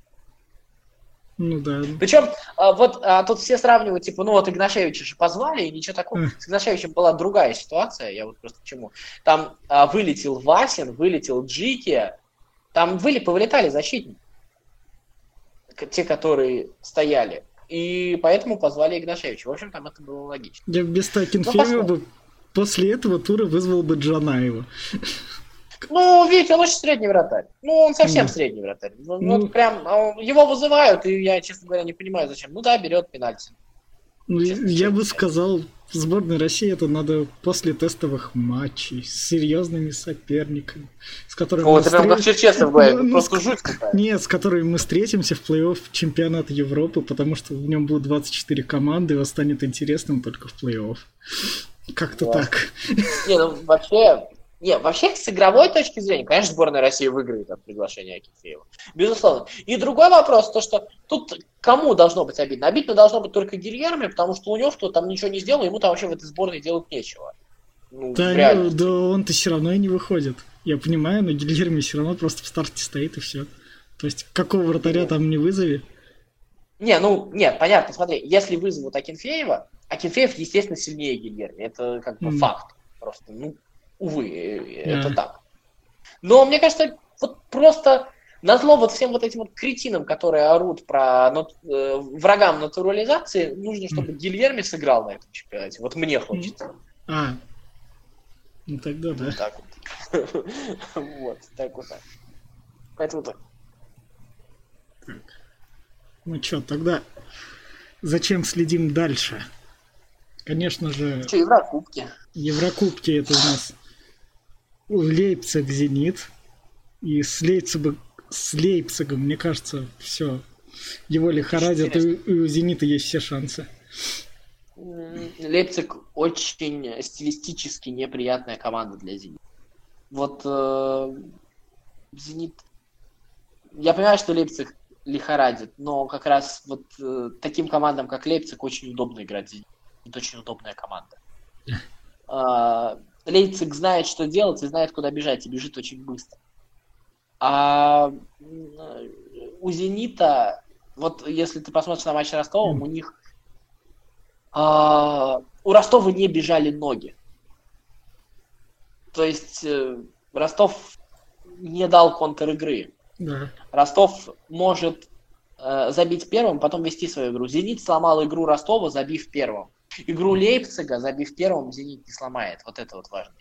Speaker 2: Ну да.
Speaker 3: Причем, вот а, тут все сравнивают, типа, ну вот Игнашевича же позвали, и ничего такого. С Игнашевичем была другая ситуация, я вот просто к чему. Там а, вылетел Васин, вылетел Джики, там выли, повылетали защитники, те, которые стояли. И поэтому позвали Игнашевича. В общем, там это было логично.
Speaker 2: Я вместо Акинфеева бы после этого тура вызвал бы Джанаева.
Speaker 3: Ну, видите, он очень средний вратарь. Ну, он совсем mm. средний вратарь. Ну, ну, вот прям его вызывают, и я, честно говоря, не понимаю, зачем. Ну да, берет пенальти.
Speaker 2: Ну, честно, я бы сказал, в сборной России это надо после тестовых матчей с серьезными соперниками, с которыми
Speaker 3: О,
Speaker 2: мы
Speaker 3: ты прям как Черчесов говорит, ну, просто
Speaker 2: с...
Speaker 3: жуть какая.
Speaker 2: Нет, с которыми мы встретимся в плей-офф чемпионата Европы, потому что в нем будут двадцать четыре команды, и он станет интересным только в плей-офф. Как-то да. Так.
Speaker 3: Не, ну вообще... Не, вообще, с игровой точки зрения, конечно, сборная России выиграет от приглашения Акинфеева. Безусловно. И другой вопрос, то, что тут кому должно быть обидно? Обидно должно быть только Гильерме, потому что Лунёв-то там ничего не сделал, ему там вообще в этой сборной делать нечего. Ну,
Speaker 2: да, ну, да он-то все равно и не выходит. Я понимаю, но Гильерме все равно просто в старте стоит и все. То есть, какого вратаря нет. Там не вызови? Не,
Speaker 3: ну, нет, понятно, смотри, если вызовут Акинфеева, Акинфеев, естественно, сильнее Гильерме. Это как бы mm. факт. Просто, ну, увы, это yeah. так. Но мне кажется, вот просто назло вот всем вот этим вот кретинам, которые орут про нат- э, врагам натурализации, нужно, чтобы mm. Гильерме сыграл на этом чемпионате. Вот мне хочется.
Speaker 2: А, mm. ну тогда да.
Speaker 3: Вот так вот. Вот, так вот так. Поэтому так.
Speaker 2: Ну что, тогда зачем следим дальше? Конечно же...
Speaker 3: Что, Еврокубки?
Speaker 2: Еврокубки это у нас Лейпциг, Зенит. И с Лейпцигом, с Лейпцигом, мне кажется, все. Его лихорадят, и, и у Зенита есть все шансы.
Speaker 3: Лейпциг очень стилистически неприятная команда для Зенита. Вот э, Зенит... Я понимаю, что Лейпциг лихорадит, но как раз вот э, таким командам, как Лейпциг, очень удобно играть. Зенит. Это очень удобная команда. Uh, Лейпциг знает, что делать, и знает, куда бежать, и бежит очень быстро. А у Зенита, вот если ты посмотришь на матч Ростова, у них uh, у Ростова не бежали ноги. То есть uh, Ростов не дал контр-игры.
Speaker 2: Да.
Speaker 3: Ростов может uh, забить первым, потом вести свою игру. Зенит сломал игру Ростова, забив первым. Игру Лейпцига, забив первым, Зенит не сломает. Вот это вот важно.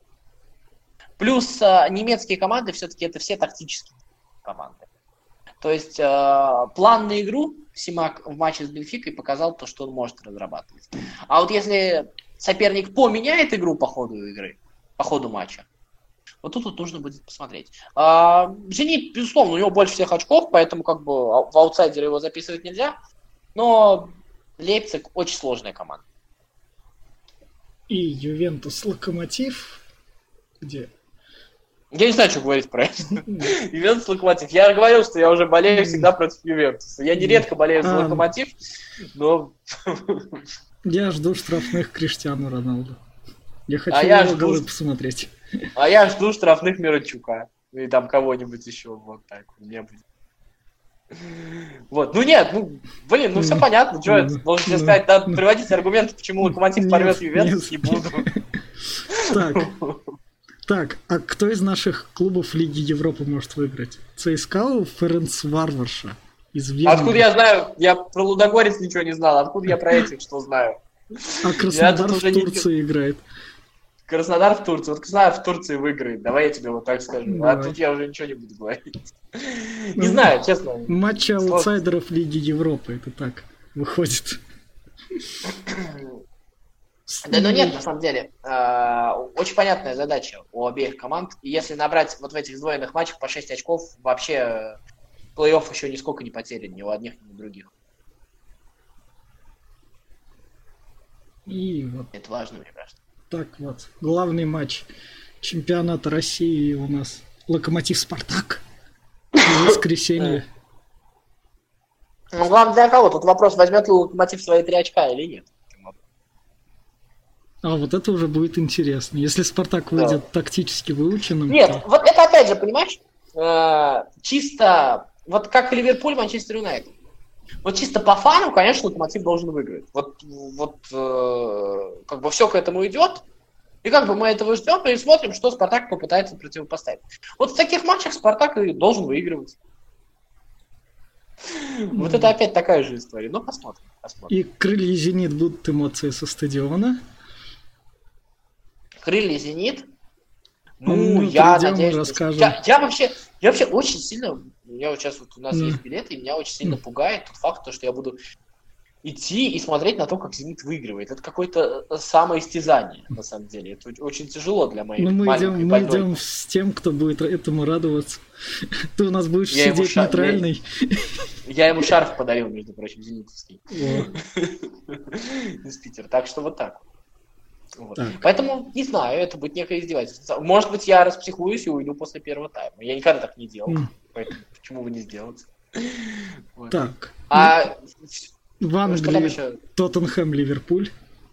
Speaker 3: Плюс э, немецкие команды все-таки это все тактические команды. То есть э, план на игру Симак в матче с Бенфикой показал то, что он может разрабатывать. А вот если соперник поменяет игру по ходу игры, по ходу матча, вот тут вот нужно будет посмотреть. А, Зенит, безусловно, у него больше всех очков, поэтому как бы в аутсайдеры его записывать нельзя. Но Лейпциг очень сложная команда.
Speaker 2: И Ювентус Локомотив, где
Speaker 3: Я не знаю, что говорить про это. Ювентус, Локомотив. Я говорил, что я уже болею всегда против Ювентуса. Я нередко болею за Локомотив, но...
Speaker 2: Я жду штрафных Криштиану Роналду. Я хочу
Speaker 3: а
Speaker 2: его
Speaker 3: я жду...
Speaker 2: голы посмотреть.
Speaker 3: А я жду штрафных Миранчука. Или там кого-нибудь еще. Вот так у меня будет. Вот, ну нет, ну, блин, ну все понятно, что это, должен тебе сказать, надо приводить аргументы, почему Локомотив порвет Ювентус, не буду.
Speaker 2: Так, так, а кто из наших клубов Лиги Европы может выиграть? ЦСКА, Ференцварварша из Вены.
Speaker 3: Откуда я знаю? Я про Лудогорец ничего не знал, откуда я про этих что знаю?
Speaker 2: А Краснодар в Турции не... играет.
Speaker 3: Краснодар в Турции. Вот Краснодар в Турции выиграет. Давай я тебе вот так скажу. Давай. А тут я уже ничего не буду говорить. Не ну, знаю, честно.
Speaker 2: Матчи аутсайдеров Лиги Европы. Это так выходит.
Speaker 3: Да, но нет, на самом деле. Э, очень понятная задача у обеих команд. И если набрать вот в этих сдвоенных матчах по шесть очков, вообще плей-офф еще нисколько не потерян ни у одних, ни у других.
Speaker 2: И вот.
Speaker 3: Это важно, мне кажется.
Speaker 2: Так вот, главный матч чемпионата России у нас Локомотив-Спартак в воскресенье.
Speaker 3: Ну, главное для кого? Тут вопрос, возьмет ли Локомотив свои три очка или нет.
Speaker 2: А вот это уже будет интересно. Если Спартак выйдет да. тактически выученным...
Speaker 3: Нет,
Speaker 2: то...
Speaker 3: вот это опять же, понимаешь, э, чисто, вот как Ливерпуль, Манчестер Юнайтед. Вот чисто по фану, конечно, Локомотив должен выиграть. Вот, вот э, как бы все к этому идет, и как бы мы этого ждем, и смотрим, что Спартак попытается противопоставить. Вот в таких матчах Спартак и должен выигрывать. Mm. Вот это опять такая же история. Но посмотрим, посмотрим.
Speaker 2: И крылья «Зенит» будут эмоции со стадиона.
Speaker 3: Крылья «Зенит»?
Speaker 2: Ну,
Speaker 3: ну я надеюсь... Я, я, вообще, я вообще очень сильно... У меня вот сейчас вот у нас mm. есть билеты, и меня очень сильно mm. пугает тот факт, то, что я буду идти и смотреть на то, как «Зенит» выигрывает. Это какое-то самоистязание, на самом деле. Это очень тяжело для моей
Speaker 2: ну, мы
Speaker 3: маленькой
Speaker 2: идем, мы идем с тем, кто будет этому радоваться. Ты у нас будешь я сидеть шар... нейтральный.
Speaker 3: Я... я ему шарф подарил, между прочим, зенитовский. Из Питера. Так что вот так. Вот. Поэтому, не знаю, это будет некое издевательство. Может быть, я распсихуюсь и уйду после первого тайма. Я никогда так не делал. Mm. Поэтому почему бы не сделать? Вот.
Speaker 2: Так.
Speaker 3: А...
Speaker 2: В Англии еще... Тоттенхэм, Ливерпуль.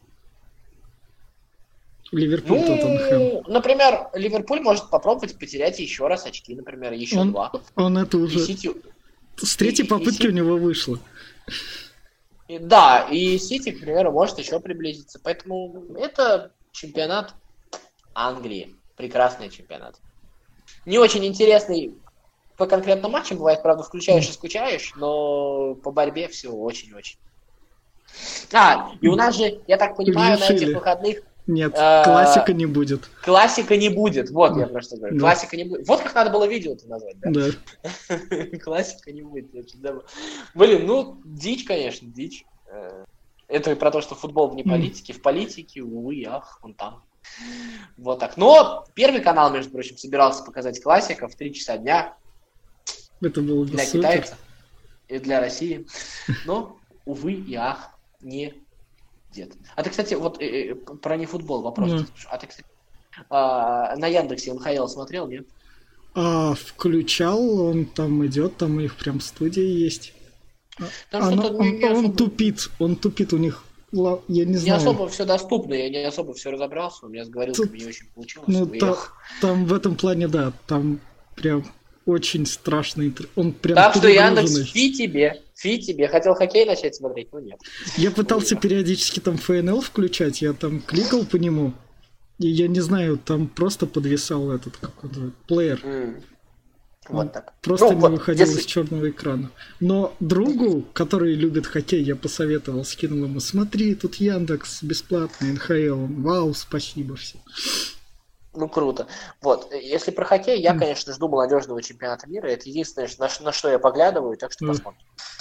Speaker 2: Ливерпуль,
Speaker 3: ну,
Speaker 2: Тоттенхэм.
Speaker 3: Например, Ливерпуль может попробовать потерять еще раз очки, например, еще
Speaker 2: он,
Speaker 3: два.
Speaker 2: Он это уже...
Speaker 3: Сити...
Speaker 2: С третьей и, попытки и... у него вышло.
Speaker 3: И, да, и Сити, к примеру, может еще приблизиться. Поэтому это чемпионат Англии. Прекрасный чемпионат. Не очень интересный по конкретным матчам, бывает, правда, включаешь и скучаешь, но по борьбе все очень-очень. А, и у нас же, я так понимаю,
Speaker 2: Решили.
Speaker 3: на этих выходных...
Speaker 2: Нет, классика не будет.
Speaker 3: Классика не будет, вот я просто говорю. Да. Классика не будет. Вот как надо было видео-то назвать, да?
Speaker 2: Да.
Speaker 3: Классика не будет. Блин, ну, дичь, конечно, дичь. Это про то, что футбол вне политики. В политике, увы, ах, он там. Вот так. Но Первый канал, между прочим, собирался показать классика в три часа дня.
Speaker 2: Это было бы
Speaker 3: для
Speaker 2: супер.
Speaker 3: Китайцев и для России. Но, увы и ах, не дед. А ты, кстати, вот э, э, про не футбол вопрос. Mm. А ты, кстати, а, на Яндексе эн ха эл смотрел, нет?
Speaker 2: А, включал, он там идет, там их прям студии есть.
Speaker 3: Там
Speaker 2: а,
Speaker 3: он,
Speaker 2: он,
Speaker 3: не
Speaker 2: он
Speaker 3: особо...
Speaker 2: тупит, он тупит у них. Я не,
Speaker 3: не
Speaker 2: знаю.
Speaker 3: особо все доступно, я не особо все разобрался, у меня с говорилками не очень получилось.
Speaker 2: Ну, та, там в этом плане, да, там прям очень страшный. Он прям
Speaker 3: так что, Яндекс, фи тебе, фи тебе. Хотел хоккей начать смотреть, но нет.
Speaker 2: Я пытался периодически там эф эн эл включать, я там кликал по нему, и я не знаю, там просто подвисал этот какой-то плеер.
Speaker 3: Mm. Вот так.
Speaker 2: Просто
Speaker 3: ну,
Speaker 2: не
Speaker 3: вот,
Speaker 2: выходил
Speaker 3: если...
Speaker 2: из черного экрана. Но другу, который любит хоккей, я посоветовал, скинул ему: смотри, тут Яндекс бесплатный, эн ха эл. Вау, спасибо всем.
Speaker 3: Ну, круто. Вот, если про хоккей, я, конечно, жду молодежного чемпионата мира. Это единственное, на, на что я поглядываю, так что посмотрим.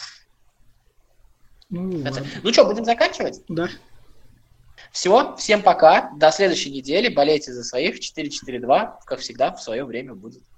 Speaker 2: Ну,
Speaker 3: Это... ну что, будем заканчивать?
Speaker 2: Да.
Speaker 3: Все, всем пока. До следующей недели. Болейте за своих. четыре четыре два, как всегда, в свое время будет.